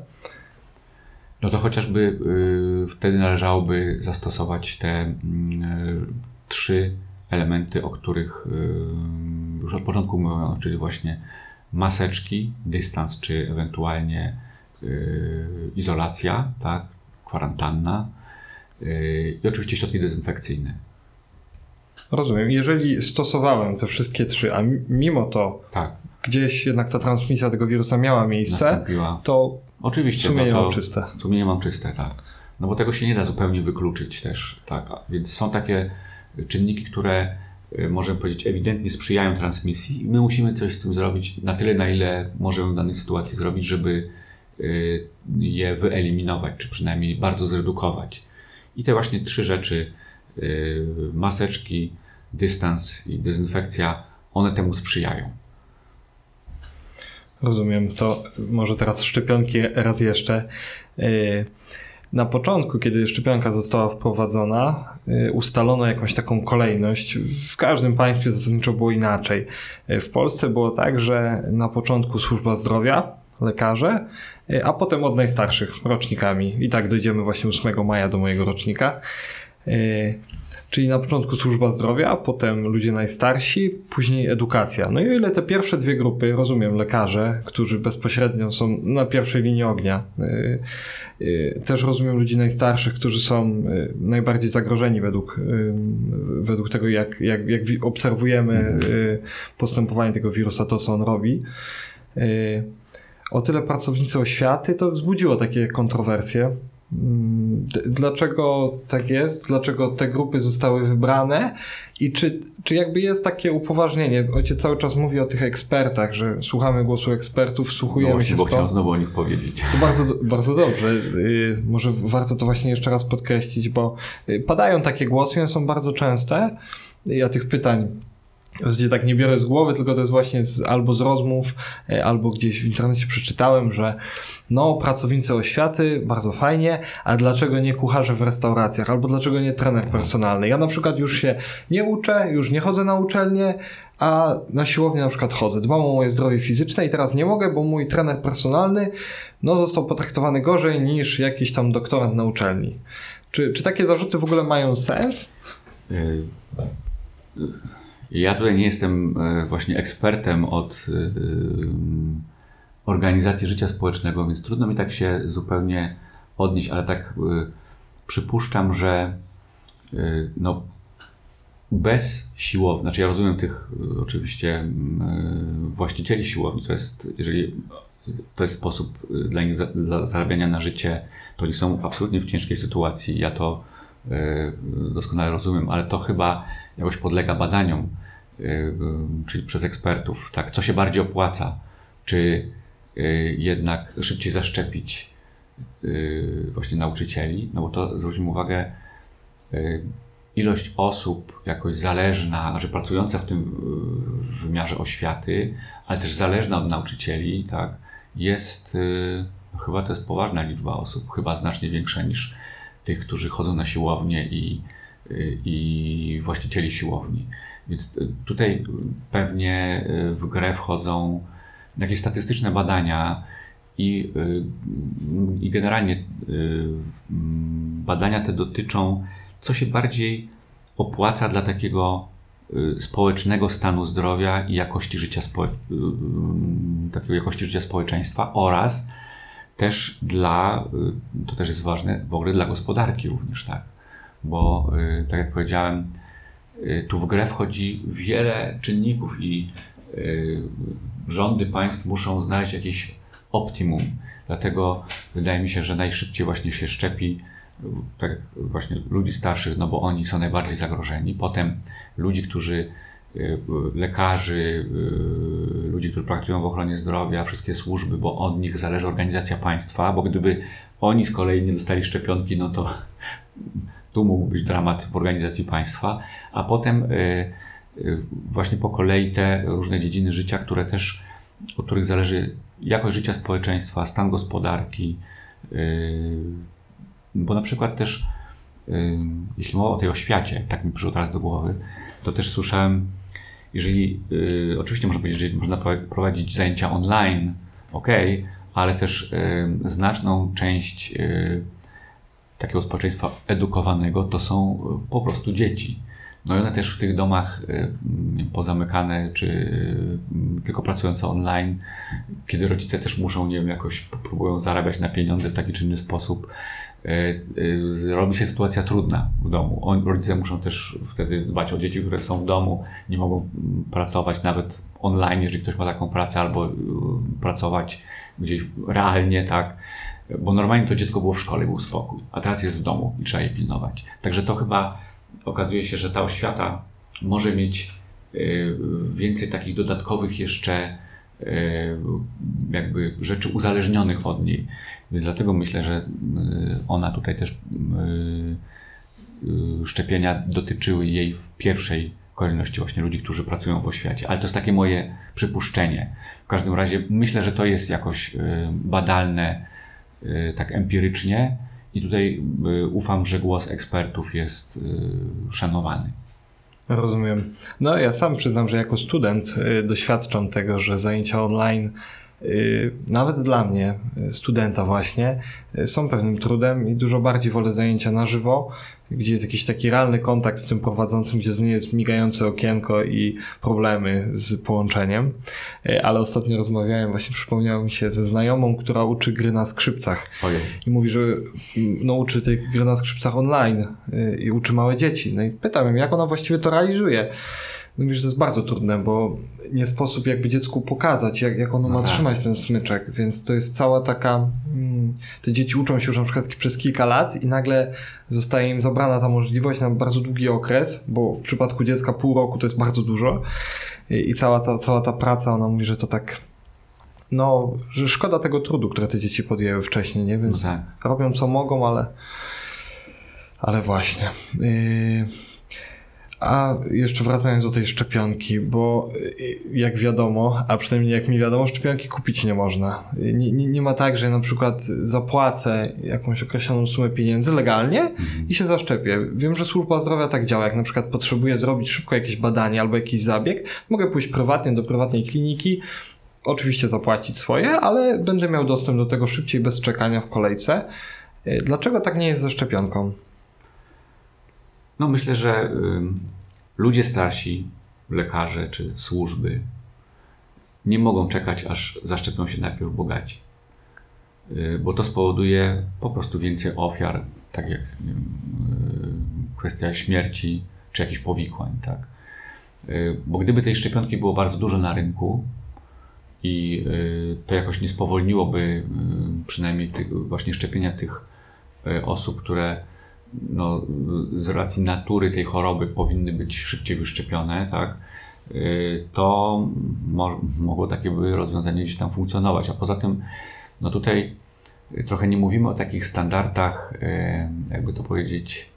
No to chociażby y, wtedy należałoby zastosować te y, trzy elementy, o których y, już od początku mówiono, czyli właśnie maseczki, dystans, czy ewentualnie y, izolacja, tak, kwarantanna y, i oczywiście środki dezynfekcyjne. Rozumiem. Jeżeli stosowałem te wszystkie trzy, a mimo to tak. gdzieś jednak ta transmisja tego wirusa miała miejsce, nastąpiła, to oczywiście, sumienie no to mam czyste. Sumienie mam czyste, tak. No bo tego się nie da zupełnie wykluczyć też, tak. Więc są takie czynniki, które możemy powiedzieć ewidentnie sprzyjają transmisji i my musimy coś z tym zrobić na tyle, na ile możemy w danej sytuacji zrobić, żeby je wyeliminować, czy przynajmniej bardzo zredukować. I te właśnie trzy rzeczy, maseczki, dystans i dezynfekcja, one temu sprzyjają. Rozumiem. To może teraz szczepionki raz jeszcze. Na początku, kiedy szczepionka została wprowadzona, ustalono jakąś taką kolejność. W każdym państwie zasadniczo było inaczej. W Polsce było tak, że na początku służba zdrowia, lekarze, a potem od najstarszych rocznikami. I tak dojdziemy właśnie ósmego maja do mojego rocznika. Czyli na początku służba zdrowia, potem ludzie najstarsi, później edukacja. No i o ile te pierwsze dwie grupy, rozumiem, lekarze, którzy bezpośrednio są na pierwszej linii ognia, yy, yy, też rozumiem ludzi najstarszych, którzy są yy, najbardziej zagrożeni według, yy, według tego, jak, jak, jak obserwujemy yy, postępowanie tego wirusa, to co on robi. Yy, o tyle pracownicy oświaty to wzbudziło takie kontrowersje. Dlaczego tak jest? Dlaczego te grupy zostały wybrane? I czy, czy jakby jest takie upoważnienie? Ojciec cały czas mówi o tych ekspertach, że słuchamy głosu ekspertów, wsłuchujemy no się bo w to. chciałem znowu o nich powiedzieć. To bardzo, bardzo dobrze. Może warto to właśnie jeszcze raz podkreślić, bo padają takie głosy, one są bardzo częste. Ja tych pytań w zasadzie tak nie biorę z głowy, tylko to jest właśnie z, albo z rozmów, albo gdzieś w internecie przeczytałem, że no pracownicy oświaty, bardzo fajnie, a dlaczego nie kucharze w restauracjach, albo dlaczego nie trener personalny. Ja na przykład już się nie uczę, już nie chodzę na uczelnię, a na siłownię na przykład chodzę. Dbam o moje zdrowie fizyczne i teraz nie mogę, bo mój trener personalny no, został potraktowany gorzej niż jakiś tam doktorant na uczelni. Czy, czy takie zarzuty w ogóle mają sens? Y- Ja tutaj nie jestem właśnie ekspertem od organizacji życia społecznego, więc trudno mi tak się zupełnie odnieść, ale tak przypuszczam, że no bez siłowni, znaczy ja rozumiem tych oczywiście właścicieli siłowni, to jest, jeżeli to jest sposób dla nich dla zarabiania na życie, to oni są absolutnie w ciężkiej sytuacji, ja to doskonale rozumiem, ale to chyba jakoś podlega badaniom, czyli przez ekspertów, tak? Co się bardziej opłaca, czy jednak szybciej zaszczepić właśnie nauczycieli, no bo to zwróćmy uwagę, ilość osób jakoś zależna, znaczy pracująca w tym wymiarze oświaty, ale też zależna od nauczycieli, tak? Jest, no chyba to jest poważna liczba osób, chyba znacznie większa niż tych, którzy chodzą na siłownię i, i właścicieli siłowni. Więc tutaj pewnie w grę wchodzą jakieś statystyczne badania i, i generalnie badania te dotyczą, co się bardziej opłaca dla takiego społecznego stanu zdrowia i jakości życia, spo, takiego jakości życia społeczeństwa oraz też dla, to też jest ważne, w ogóle dla gospodarki również, tak? Bo tak jak powiedziałem, tu w grę wchodzi wiele czynników i rządy państw muszą znaleźć jakieś optimum. Dlatego wydaje mi się, że najszybciej właśnie się szczepi tak właśnie ludzi starszych, no bo oni są najbardziej zagrożeni. Potem ludzi, którzy, lekarzy, ludzi, którzy pracują w ochronie zdrowia, wszystkie służby, bo od nich zależy organizacja państwa, bo gdyby oni z kolei nie dostali szczepionki, no to tu mógł być dramat w organizacji państwa, a potem y, y, właśnie po kolei te różne dziedziny życia, które też, od których zależy jakość życia społeczeństwa, stan gospodarki, y, bo na przykład też, y, jeśli mowa o tej oświacie, tak mi przyszło teraz do głowy, to też słyszałem, jeżeli, y, oczywiście można powiedzieć, że można prowadzić zajęcia online, ok, ale też y, znaczną część y, takiego społeczeństwa edukowanego to są po prostu dzieci. No i one też w tych domach pozamykane, czy tylko pracujące online, kiedy rodzice też muszą, nie wiem, jakoś próbują zarabiać na pieniądze w taki czy inny sposób, robi się sytuacja trudna w domu. Oni, rodzice muszą też wtedy dbać o dzieci, które są w domu, nie mogą pracować nawet online, jeżeli ktoś ma taką pracę, albo pracować gdzieś realnie, tak, bo normalnie to dziecko było w szkole, był spokój, a teraz jest w domu i trzeba je pilnować. Także to chyba okazuje się, że ta oświata może mieć więcej takich dodatkowych jeszcze jakby rzeczy uzależnionych od niej. Więc dlatego myślę, że ona tutaj też szczepienia dotyczyły jej w pierwszej kolejności właśnie ludzi, którzy pracują w oświacie. Ale to jest takie moje przypuszczenie. W każdym razie myślę, że to jest jakoś badalne tak empirycznie i tutaj ufam, że głos ekspertów jest szanowany. Rozumiem. No ja sam przyznam, że jako student doświadczam tego, że zajęcia online nawet dla mnie, studenta właśnie, są pewnym trudem i dużo bardziej wolę zajęcia na żywo, gdzie jest jakiś taki realny kontakt z tym prowadzącym, gdzie to nie jest migające okienko i problemy z połączeniem. Ale ostatnio rozmawiałem, właśnie przypomniało mi się ze znajomą, która uczy gry na skrzypcach. Ojej. I mówi, że no, uczy tej gry na skrzypcach online i uczy małe dzieci. No i pytam ją, jak ona właściwie to realizuje. mówisz, że to jest bardzo trudne, bo nie sposób jakby dziecku pokazać, jak, jak ono no ma tak. trzymać ten smyczek, więc to jest cała taka... Mm, te dzieci uczą się już na przykład przez kilka lat i nagle zostaje im zabrana ta możliwość na bardzo długi okres, bo w przypadku dziecka pół roku to jest bardzo dużo i, i cała, ta, cała ta praca, ona mówi, że to tak... No, że szkoda tego trudu, które te dzieci podjęły wcześniej, nie? Więc no tak. robią co mogą, ale... Ale właśnie... Yy... A jeszcze wracając do tej szczepionki, bo jak wiadomo, a przynajmniej jak mi wiadomo, szczepionki kupić nie można. Nie, nie, nie ma tak, że na przykład zapłacę jakąś określoną sumę pieniędzy legalnie mhm. i się zaszczepię. Wiem, że służba zdrowia tak działa. Jak na przykład potrzebuję zrobić szybko jakieś badanie albo jakiś zabieg, mogę pójść prywatnie do prywatnej kliniki, oczywiście zapłacić swoje, ale będę miał dostęp do tego szybciej, bez czekania w kolejce. Dlaczego tak nie jest ze szczepionką? No myślę, że y, ludzie starsi, lekarze czy służby nie mogą czekać, aż zaszczepią się najpierw bogaci. Y, bo to spowoduje po prostu więcej ofiar, tak jak nie wiem, y, kwestia śmierci czy jakichś powikłań. Tak? Y, bo gdyby tej szczepionki było bardzo dużo na rynku i y, to jakoś nie spowolniłoby y, przynajmniej tych, właśnie szczepienia tych y, osób, które no, z racji natury tej choroby powinny być szybciej wyszczepione, tak, to mo- mogło takie by rozwiązanie gdzieś tam funkcjonować. A poza tym, no tutaj trochę nie mówimy o takich standardach, jakby to powiedzieć,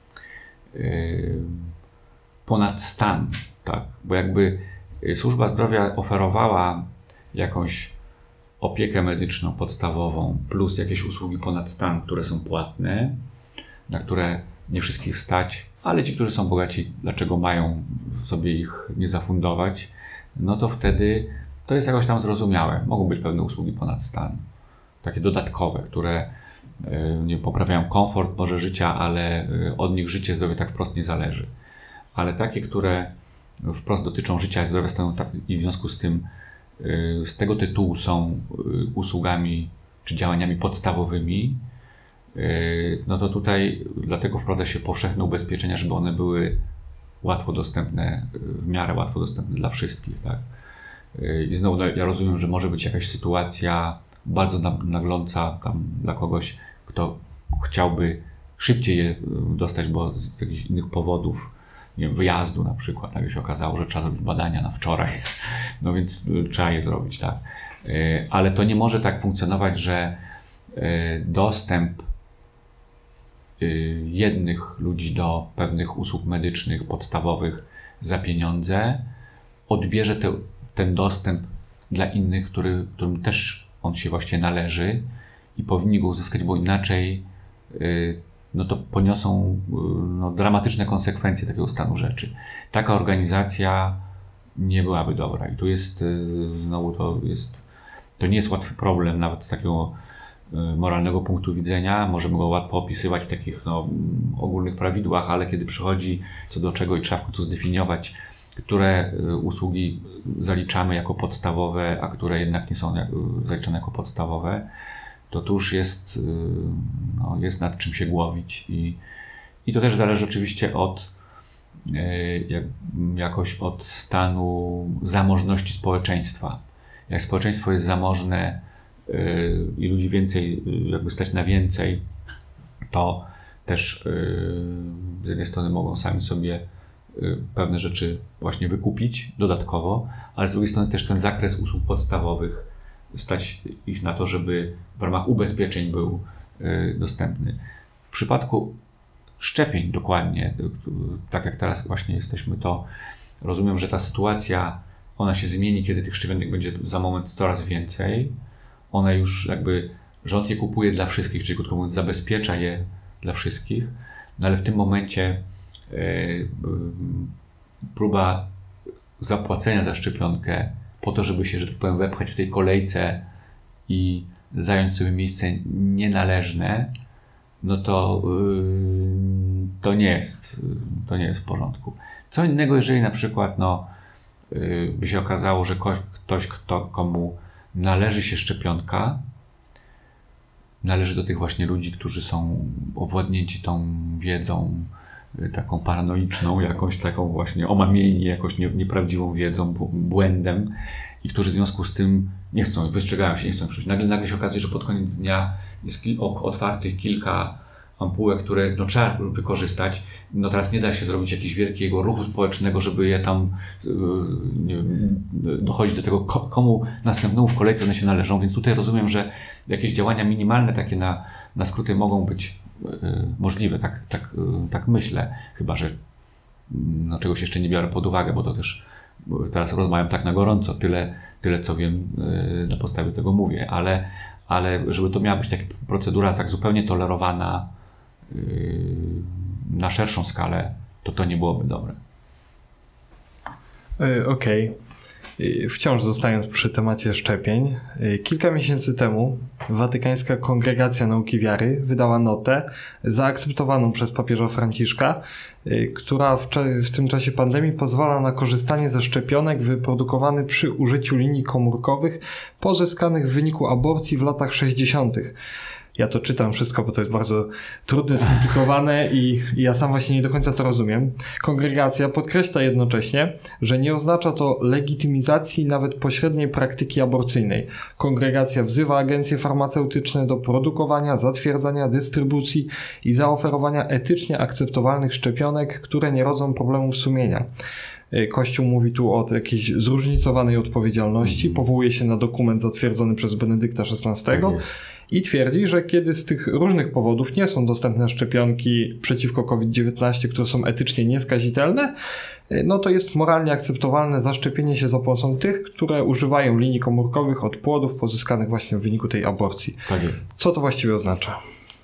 ponad stan, tak, bo jakby służba zdrowia oferowała jakąś opiekę medyczną podstawową plus jakieś usługi ponad stan, które są płatne, na które nie wszystkich stać, ale ci, którzy są bogaci, dlaczego mają sobie ich nie zafundować, no to wtedy to jest jakoś tam zrozumiałe. Mogą być pewne usługi ponad stan, takie dodatkowe, które nie poprawiają komfort może życia, ale od nich życie, zdrowie tak wprost nie zależy. Ale takie, które wprost dotyczą życia i zdrowia stanu i w związku z tym z tego tytułu są usługami czy działaniami podstawowymi, no to tutaj dlatego wprowadza się powszechne ubezpieczenia, żeby one były łatwo dostępne, w miarę łatwo dostępne dla wszystkich. Tak? I znowu ja rozumiem, że może być jakaś sytuacja bardzo nagląca tam dla kogoś, kto chciałby szybciej je dostać, bo z jakichś innych powodów, nie wiem, wyjazdu na przykład, nagle się okazało, że trzeba zrobić badania na wczoraj, no więc trzeba je zrobić, tak. Ale to nie może tak funkcjonować, że dostęp jednych ludzi do pewnych usług medycznych podstawowych za pieniądze odbierze te, ten dostęp dla innych, który, którym też on się właściwie należy i powinni go uzyskać, bo inaczej no to poniosą no, dramatyczne konsekwencje takiego stanu rzeczy. Taka organizacja nie byłaby dobra i tu jest znowu to jest to nie jest łatwy problem nawet z takiego moralnego punktu widzenia. Możemy go łatwo opisywać w takich no, ogólnych prawidłach, ale kiedy przychodzi co do czego i trzeba w końcu zdefiniować, które usługi zaliczamy jako podstawowe, a które jednak nie są zaliczane jako podstawowe, to tu już jest, no, jest nad czym się głowić i, i to też zależy oczywiście od jak, jakoś od stanu zamożności społeczeństwa. Jak społeczeństwo jest zamożne i ludzi więcej, jakby stać na więcej, to też z jednej strony mogą sami sobie pewne rzeczy właśnie wykupić dodatkowo, ale z drugiej strony też ten zakres usług podstawowych stać ich na to, żeby w ramach ubezpieczeń był dostępny. W przypadku szczepień dokładnie, tak jak teraz właśnie jesteśmy, to rozumiem, że ta sytuacja, ona się zmieni, kiedy tych szczepionek będzie za moment coraz więcej. One już jakby, rząd je kupuje dla wszystkich, czyli krótko mówiąc zabezpiecza je dla wszystkich, no ale w tym momencie e, e, próba zapłacenia za szczepionkę po to, żeby się, że tak powiem, wepchać w tej kolejce i zająć sobie miejsce nienależne, no to, yy, to nie jest, to nie jest w porządku. Co innego, jeżeli na przykład no, yy, by się okazało, że ktoś, kto, komu należy się szczepionka, należy do tych właśnie ludzi, którzy są owładnięci tą wiedzą, taką paranoiczną, jakąś taką właśnie omamieni, jakąś nie, nieprawdziwą wiedzą, błędem i którzy w związku z tym nie chcą, wystrzegają się, nie chcą krzyczeć. Nagle, nagle się okazuje, że pod koniec dnia jest kil, otwartych kilka ampułek, które no, trzeba wykorzystać. No teraz nie da się zrobić jakiegoś wielkiego ruchu społecznego, żeby je tam nie wiem, dochodzić do tego, komu następnemu w kolejce one się należą, więc tutaj rozumiem, że jakieś działania minimalne takie na, na skróty mogą być y, możliwe, tak, tak, y, tak myślę, chyba że no, czegoś jeszcze nie biorę pod uwagę, bo to też teraz rozmawiam tak na gorąco, tyle, tyle co wiem, y, na podstawie tego mówię, ale, ale żeby to miała być taka procedura tak zupełnie tolerowana na szerszą skalę, to to nie byłoby dobre. Okej. Okay. Wciąż zostając przy temacie szczepień, kilka miesięcy temu Watykańska Kongregacja Nauki Wiary wydała notę zaakceptowaną przez papieża Franciszka, która w, w tym czasie pandemii pozwala na korzystanie ze szczepionek wyprodukowanych przy użyciu linii komórkowych pozyskanych w wyniku aborcji w latach sześćdziesiątych. Ja to czytam wszystko, bo to jest bardzo trudne, skomplikowane i, i ja sam właśnie nie do końca to rozumiem. Kongregacja podkreśla jednocześnie, że nie oznacza to legitymizacji nawet pośredniej praktyki aborcyjnej. Kongregacja wzywa agencje farmaceutyczne do produkowania, zatwierdzania, dystrybucji i zaoferowania etycznie akceptowalnych szczepionek, które nie rodzą problemów sumienia. Kościół mówi tu o jakiejś zróżnicowanej odpowiedzialności, powołuje się na dokument zatwierdzony przez Benedykta szesnastego i twierdzi, że kiedy z tych różnych powodów nie są dostępne szczepionki przeciwko COVID dziewiętnaście, które są etycznie nieskazitelne, no to jest moralnie akceptowalne zaszczepienie się za pomocą tych, które używają linii komórkowych od płodów pozyskanych właśnie w wyniku tej aborcji. Tak jest. Co to właściwie oznacza?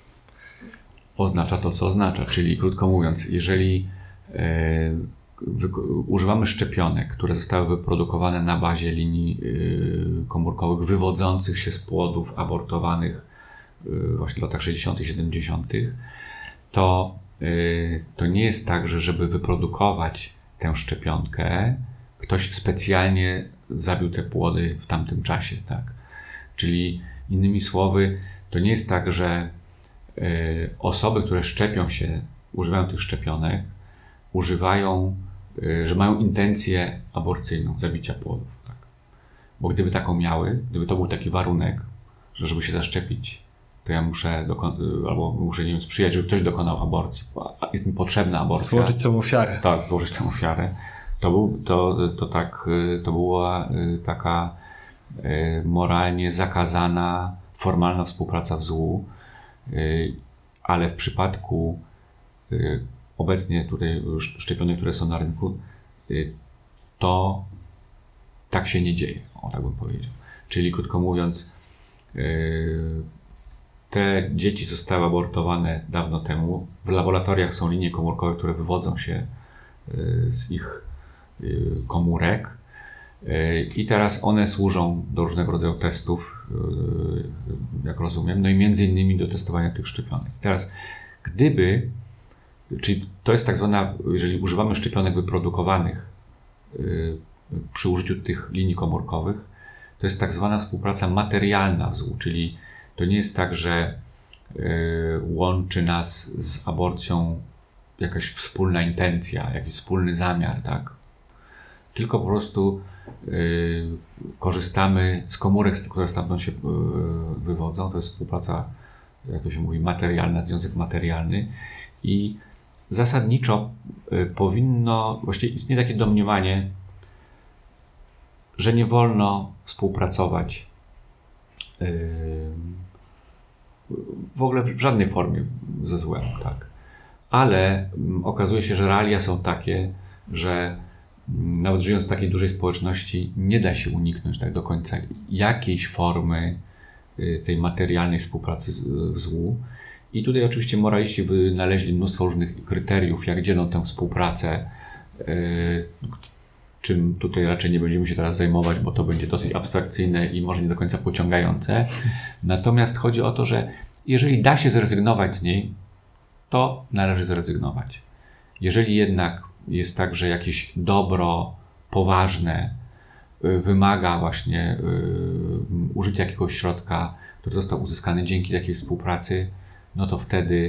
Oznacza to, co oznacza, czyli krótko mówiąc, jeżeli e, wy, używamy szczepionek, które zostały wyprodukowane na bazie linii e, komórkowych wywodzących się z płodów abortowanych e, właśnie w latach sześćdziesiątych, siedemdziesiątych, to, e, to nie jest tak, że żeby wyprodukować tę szczepionkę, ktoś specjalnie zabił te płody w tamtym czasie, tak? Czyli innymi słowy, to nie jest tak, że y, osoby, które szczepią się, używają tych szczepionek, używają, y, że mają intencję aborcyjną, zabicia płodów, tak? Bo gdyby taką miały, gdyby to był taki warunek, że żeby się zaszczepić, to ja muszę, dokon- albo muszę, nie wiem, sprzyjać, żeby ktoś dokonał aborcji, jest mi potrzebna aborcja. Złożyć tę ofiarę. Tak, złożyć tę ofiarę. To, był, to, to, tak, to była taka moralnie zakazana, formalna współpraca w złu, ale w przypadku obecnie tutaj szczepionek, które są na rynku, to tak się nie dzieje, o tak bym powiedział. Czyli krótko mówiąc, te dzieci zostały abortowane dawno temu. W laboratoriach są linie komórkowe, które wywodzą się z ich komórek i teraz one służą do różnego rodzaju testów, jak rozumiem, no i między innymi do testowania tych szczepionek. Teraz, gdyby, czyli to jest tak zwana, jeżeli używamy szczepionek wyprodukowanych przy użyciu tych linii komórkowych, to jest tak zwana współpraca materialna w złu, czyli to nie jest tak, że łączy nas z aborcją jakaś wspólna intencja, jakiś wspólny zamiar, tak? Tylko po prostu y, korzystamy z komórek, które stamtąd się y, wywodzą. To jest współpraca, jak to się mówi, materialna, związek materialny. I zasadniczo y, powinno, właściwie istnieje takie domniemanie, że nie wolno współpracować y, w ogóle w żadnej formie ze złem, tak? Ale m, okazuje się, że realia są takie, że nawet żyjąc w takiej dużej społeczności nie da się uniknąć tak do końca jakiejś formy y, tej materialnej współpracy z, w złu. I tutaj oczywiście moraliści wynaleźli mnóstwo różnych kryteriów, jak dzielą tę współpracę, y, czym tutaj raczej nie będziemy się teraz zajmować, bo to będzie dosyć abstrakcyjne i może nie do końca pociągające. Natomiast chodzi o to, że jeżeli da się zrezygnować z niej, to należy zrezygnować. Jeżeli jednak jest tak, że jakieś dobro poważne y, wymaga właśnie y, użycia jakiegoś środka, który został uzyskany dzięki takiej współpracy, no to wtedy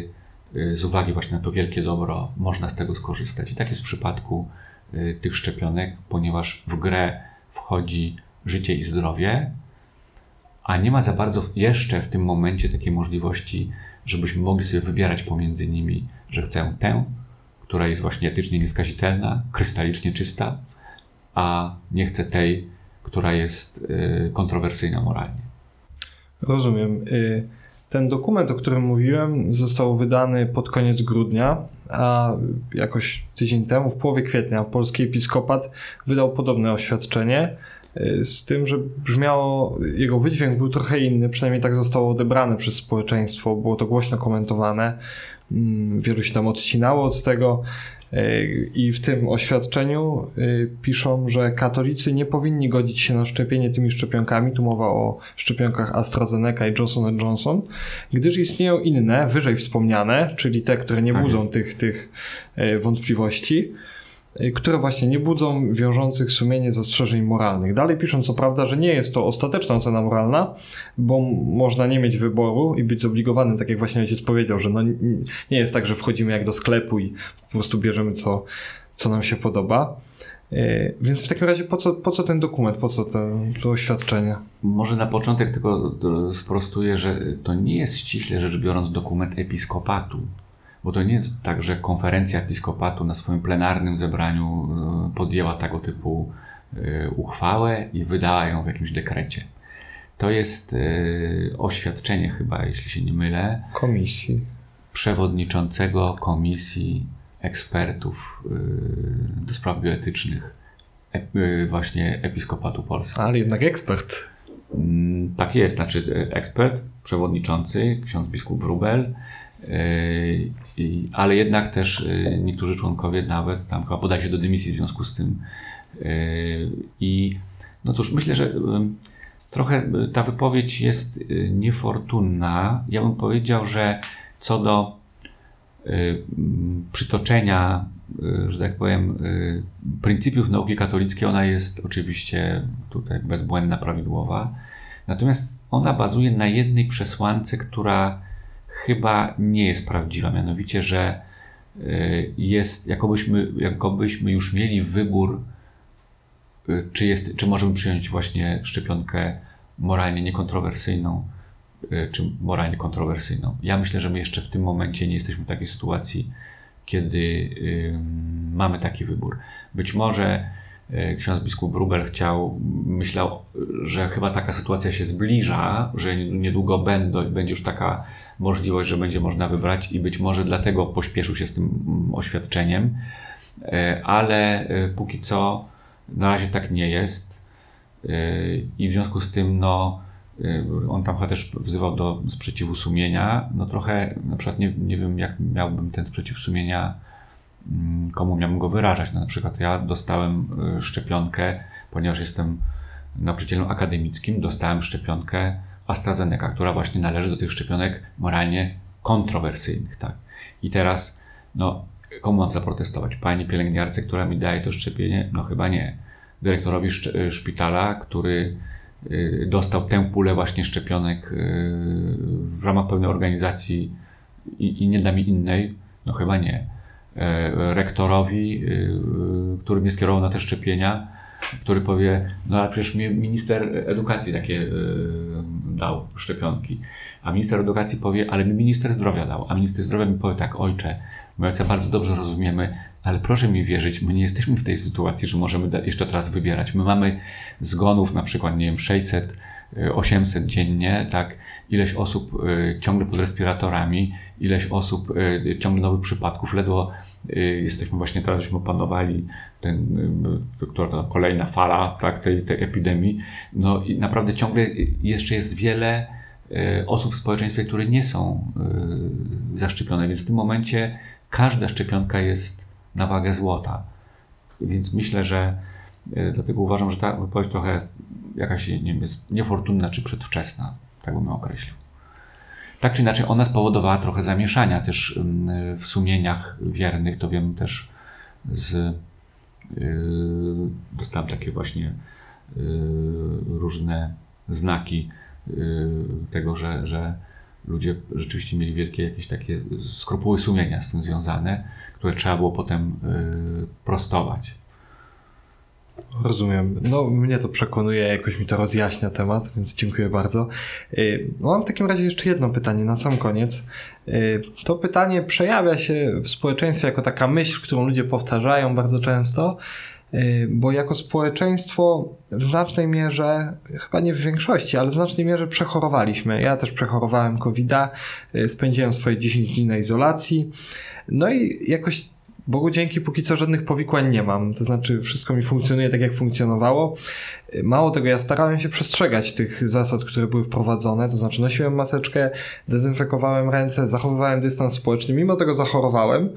z uwagi właśnie na to wielkie dobro można z tego skorzystać. I tak jest w przypadku tych szczepionek, ponieważ w grę wchodzi życie i zdrowie, a nie ma za bardzo jeszcze w tym momencie takiej możliwości, żebyśmy mogli sobie wybierać pomiędzy nimi, że chcę tę, która jest właśnie etycznie nieskazitelna, krystalicznie czysta, a nie chcę tej, która jest kontrowersyjna moralnie. Rozumiem. Ten dokument, o którym mówiłem, został wydany pod koniec grudnia, a jakoś tydzień temu, w połowie kwietnia, polski episkopat wydał podobne oświadczenie, z tym, że brzmiało, jego wydźwięk był trochę inny, przynajmniej tak zostało odebrane przez społeczeństwo, było to głośno komentowane, wielu się tam odcinało od tego i w tym oświadczeniu piszą, że katolicy nie powinni godzić się na szczepienie tymi szczepionkami, tu mowa o szczepionkach AstraZeneca i Johnson and Johnson, gdyż istnieją inne, wyżej wspomniane, czyli te, które nie budzą tych, tych wątpliwości, które właśnie nie budzą wiążących sumienie zastrzeżeń moralnych. Dalej piszą co prawda, że nie jest to ostateczna ocena moralna, bo można nie mieć wyboru i być zobligowanym, tak jak właśnie ojciec powiedział, że no nie jest tak, że wchodzimy jak do sklepu i po prostu bierzemy co, co nam się podoba. Więc w takim razie po co, po co ten dokument, po co te, to oświadczenie? Może na początek tylko sprostuję, że to nie jest ściśle rzecz biorąc dokument episkopatu. Bo to nie jest tak, że konferencja episkopatu na swoim plenarnym zebraniu podjęła tego typu uchwałę i wydała ją w jakimś dekrecie. To jest oświadczenie chyba, jeśli się nie mylę, komisji przewodniczącego komisji ekspertów do spraw bioetycznych właśnie Episkopatu Polski. Ale jednak ekspert. Tak jest, znaczy ekspert, przewodniczący, ksiądz biskup Wróbel, Yy, ale jednak też yy, niektórzy członkowie nawet tam chyba podali się do dymisji w związku z tym. Yy, I no cóż, myślę, że yy, trochę ta wypowiedź jest yy, niefortunna. Ja bym powiedział, że co do yy, przytoczenia, yy, że tak powiem, yy, pryncypiów nauki katolickiej, ona jest oczywiście tutaj bezbłędna, prawidłowa. Natomiast ona bazuje na jednej przesłance, która chyba nie jest prawdziwa, mianowicie, że jest, jakobyśmy, jakobyśmy już mieli wybór, czy, jest, czy możemy przyjąć właśnie szczepionkę moralnie niekontrowersyjną, czy moralnie kontrowersyjną. Ja myślę, że my jeszcze w tym momencie nie jesteśmy w takiej sytuacji, kiedy mamy taki wybór. Być może ksiądz biskup Wróbel chciał, myślał, że chyba taka sytuacja się zbliża, że niedługo będą, będzie już taka możliwość, że będzie można wybrać i być może dlatego pośpieszył się z tym oświadczeniem, ale póki co na razie tak nie jest i w związku z tym no, on tam chyba też wzywał do sprzeciwu sumienia. No trochę na przykład nie, nie wiem, jak miałbym ten sprzeciw sumienia, komu miałbym go wyrażać. No, na przykład ja dostałem szczepionkę, ponieważ jestem nauczycielem akademickim, dostałem szczepionkę AstraZeneca, która właśnie należy do tych szczepionek moralnie kontrowersyjnych. Tak? I teraz, no, komu mam zaprotestować? Pani pielęgniarce, która mi daje to szczepienie? No chyba nie. Dyrektorowi szpitala, który dostał tę pulę właśnie szczepionek w ramach pewnej organizacji i, i nie da mi innej? No chyba nie. Rektorowi, który mnie skierował na te szczepienia, który powie, no ale przecież mi minister edukacji takie yy, dał szczepionki. A minister edukacji powie, ale mi minister zdrowia dał. A minister zdrowia mi powie tak, ojcze, my ojca bardzo dobrze rozumiemy, ale proszę mi wierzyć, my nie jesteśmy w tej sytuacji, że możemy jeszcze teraz wybierać. My mamy zgonów na przykład, nie wiem, sześćset, osiemset dziennie, tak, ileś osób y, ciągle pod respiratorami, ileś osób, y, ciągle nowych przypadków, ledwo y, jesteśmy właśnie teraz, żeśmy opanowali ten, y, która to kolejna fala, tak, tej, tej epidemii, no i naprawdę ciągle jeszcze jest wiele y, osób w społeczeństwie, które nie są y, zaszczepione, więc w tym momencie każda szczepionka jest na wagę złota, więc myślę, że y, dlatego uważam, że ta wypowiedź trochę jakaś, nie wiem, jest niefortunna czy przedwczesna, tak bym ją określił. Tak czy inaczej, ona spowodowała trochę zamieszania też w sumieniach wiernych, to wiem też z... Yy, dostałem takie właśnie yy, różne znaki yy, tego, że, że ludzie rzeczywiście mieli wielkie jakieś takie skrupuły sumienia z tym związane, które trzeba było potem yy, prostować. Rozumiem. No mnie to przekonuje, jakoś mi to rozjaśnia temat, więc dziękuję bardzo. No, mam w takim razie jeszcze jedno pytanie na sam koniec. To pytanie przejawia się w społeczeństwie jako taka myśl, którą ludzie powtarzają bardzo często, bo jako społeczeństwo w znacznej mierze, chyba nie w większości, ale w znacznej mierze przechorowaliśmy. Ja też przechorowałem kowida, spędziłem swoje dziesięć dni na izolacji, no i jakoś Bogu dzięki póki co żadnych powikłań nie mam, to znaczy wszystko mi funkcjonuje tak jak funkcjonowało. Mało tego, ja starałem się przestrzegać tych zasad, które były wprowadzone, to znaczy nosiłem maseczkę, dezynfekowałem ręce, zachowywałem dystans społeczny, mimo tego zachorowałem.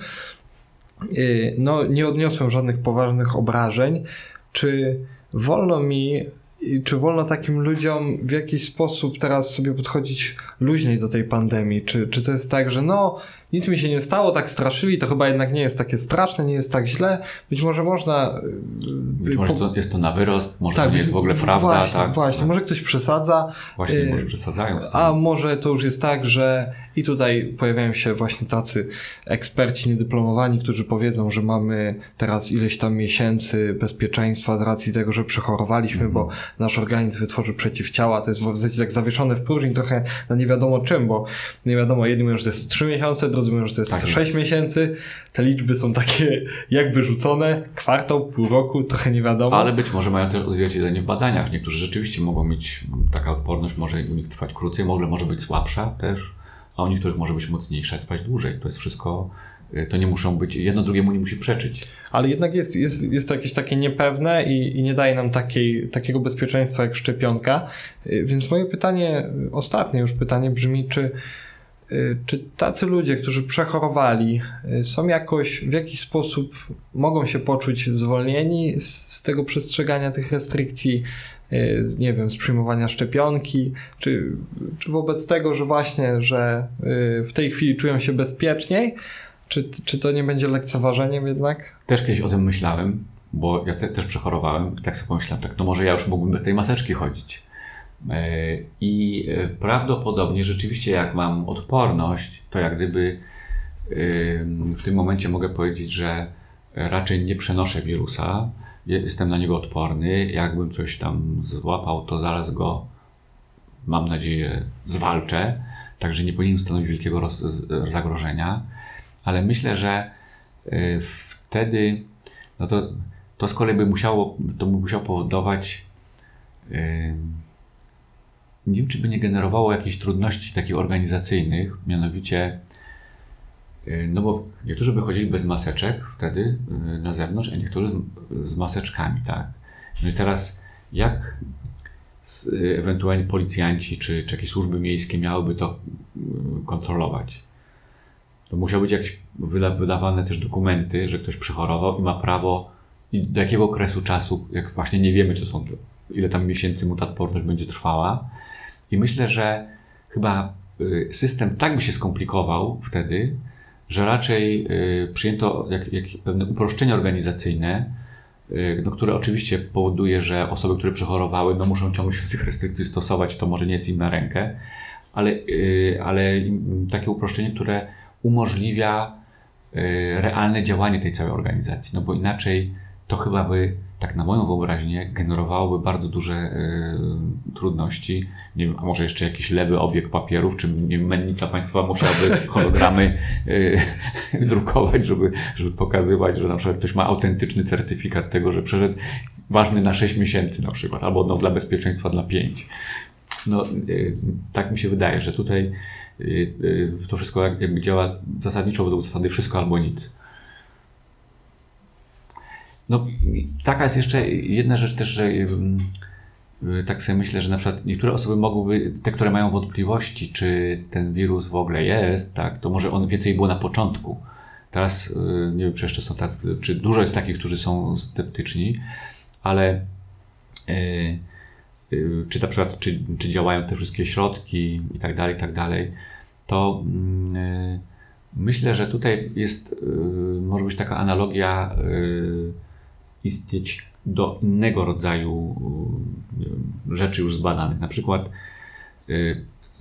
No nie odniosłem żadnych poważnych obrażeń. Czy wolno mi, czy wolno takim ludziom w jakiś sposób teraz sobie podchodzić luźniej do tej pandemii? Czy, czy to jest tak, że no nic mi się nie stało, tak straszyli, to chyba jednak nie jest takie straszne, nie jest tak źle. Być może można... Być może to jest to na wyrost, może tak, to nie jest w ogóle prawda. Właśnie, tak, właśnie. tak. Może ktoś przesadza. Właśnie, y- może przesadzają z tym. A może to już jest tak, że i tutaj pojawiają się właśnie tacy eksperci niedyplomowani, którzy powiedzą, że mamy teraz ileś tam miesięcy bezpieczeństwa z racji tego, że przechorowaliśmy, mm-hmm. bo nasz organizm wytworzy przeciwciała. To jest w zasadzie tak zawieszone w próżni trochę na nie wiadomo czym, bo nie wiadomo, jedni mówią, że to jest trzy miesiące, drudzy mówią, że to jest tak sześć miesięcy. Te liczby są takie jakby rzucone, kwartał, pół roku, trochę nie wiadomo. Ale być może mają też odzwierciedlenie w badaniach. Niektórzy rzeczywiście mogą mieć, taka odporność może u nich trwać krócej, może, może być słabsza też, a u niektórych może być mocniejsza, trwać dłużej. To jest wszystko, to nie muszą być, jedno drugiemu nie musi przeczyć. Ale jednak jest, jest, jest to jakieś takie niepewne i, i nie daje nam takiej, takiego bezpieczeństwa jak szczepionka. Więc moje pytanie, ostatnie już pytanie brzmi, czy Czy tacy ludzie, którzy przechorowali, są jakoś, w jakiś sposób mogą się poczuć zwolnieni z, z tego przestrzegania tych restrykcji, nie wiem, z przyjmowania szczepionki, czy, czy wobec tego, że właśnie, że w tej chwili czują się bezpieczniej, czy, czy to nie będzie lekceważeniem jednak? Też kiedyś o tym myślałem, bo ja też przechorowałem i tak sobie pomyślałem, tak, no może ja już mógłbym bez tej maseczki chodzić. I prawdopodobnie rzeczywiście jak mam odporność, to jak gdyby w tym momencie mogę powiedzieć, że raczej nie przenoszę wirusa, jestem na niego odporny, jakbym coś tam złapał, to zaraz go, mam nadzieję, zwalczę, także nie powinien stanowić wielkiego roz- zagrożenia, ale myślę, że wtedy no to, to z kolei by musiało, to by musiało powodować nie wiem, czy by nie generowało jakichś trudności takich organizacyjnych, mianowicie, no bo niektórzy by chodzili bez maseczek wtedy na zewnątrz, a niektórzy z maseczkami, tak. No i teraz jak ewentualnie policjanci czy, czy jakieś służby miejskie miałyby to kontrolować? To musiały być jakieś wydawane też dokumenty, że ktoś przechorował i ma prawo, i do jakiego okresu czasu, jak właśnie nie wiemy, czy są, ile tam miesięcy mu ta odporność będzie trwała. I myślę, że chyba system tak by się skomplikował wtedy, że raczej przyjęto jak, jak pewne uproszczenia organizacyjne, no, które oczywiście powoduje, że osoby, które przechorowały, no, muszą ciągle się tych restrykcji stosować, to może nie jest im na rękę, ale, ale takie uproszczenie, które umożliwia realne działanie tej całej organizacji, no bo inaczej to chyba by, tak na moją wyobraźnię, generowałoby bardzo duże y, trudności. Nie wiem, a może jeszcze jakiś lewy obieg papierów, czy nie wiem, mennica państwowa musiałaby hologramy y, drukować, żeby, żeby pokazywać, że na przykład ktoś ma autentyczny certyfikat tego, że przeszedł, ważny na sześć miesięcy na przykład, albo no, dla bezpieczeństwa dla pięć. No, y, tak mi się wydaje, że tutaj y, y, to wszystko jakby działa zasadniczo według zasady wszystko albo nic. No, taka jest jeszcze jedna rzecz też, że tak sobie myślę, że na przykład niektóre osoby mogłyby, te, które mają wątpliwości, czy ten wirus w ogóle jest, tak, to może on więcej było na początku. Teraz nie wiem, czy jeszcze są tacy, czy dużo jest takich, którzy są sceptyczni, ale yy, yy, czy na przykład, czy, czy działają te wszystkie środki i tak dalej, i tak dalej, to yy, myślę, że tutaj jest, yy, może być taka analogia yy, istnieć do innego rodzaju yy, rzeczy już zbadanych. Na przykład yy,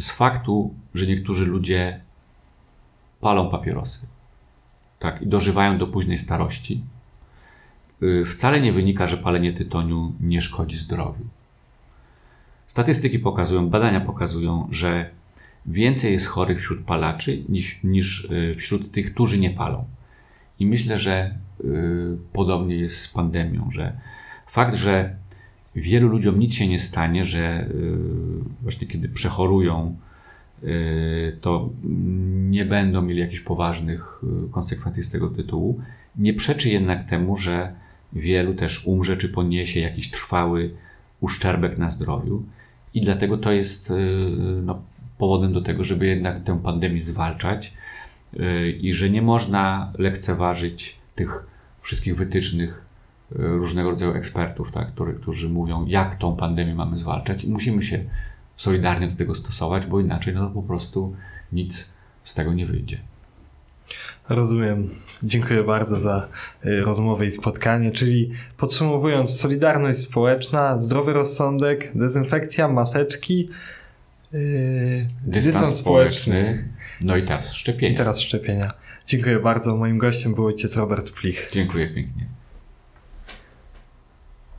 z faktu, że niektórzy ludzie palą papierosy, tak, i dożywają do późnej starości, wcale nie wynika, że palenie tytoniu nie szkodzi zdrowiu. Statystyki pokazują, badania pokazują, że więcej jest chorych wśród palaczy niż, niż wśród tych, którzy nie palą. I myślę, że y, podobnie jest z pandemią, że fakt, że wielu ludziom nic się nie stanie, że y, właśnie kiedy przechorują, y, to nie będą mieli jakichś poważnych y, konsekwencji z tego tytułu, nie przeczy jednak temu, że wielu też umrze czy poniesie jakiś trwały uszczerbek na zdrowiu. I dlatego to jest y, no, powodem do tego, żeby jednak tę pandemię zwalczać y, i że nie można lekceważyć tych wszystkich wytycznych y, różnego rodzaju ekspertów, tak, który, którzy mówią, jak tą pandemię mamy zwalczać, i musimy się solidarnie do tego stosować, bo inaczej no, po prostu nic z tego nie wyjdzie. Rozumiem. Dziękuję bardzo za rozmowę i spotkanie, czyli podsumowując, solidarność społeczna, zdrowy rozsądek, dezynfekcja, maseczki, yy, dystans, dystans społeczny, społeczny, no i teraz szczepienia. I teraz szczepienia. Dziękuję bardzo. Moim gościem był ojciec Robert Plich. Dziękuję pięknie.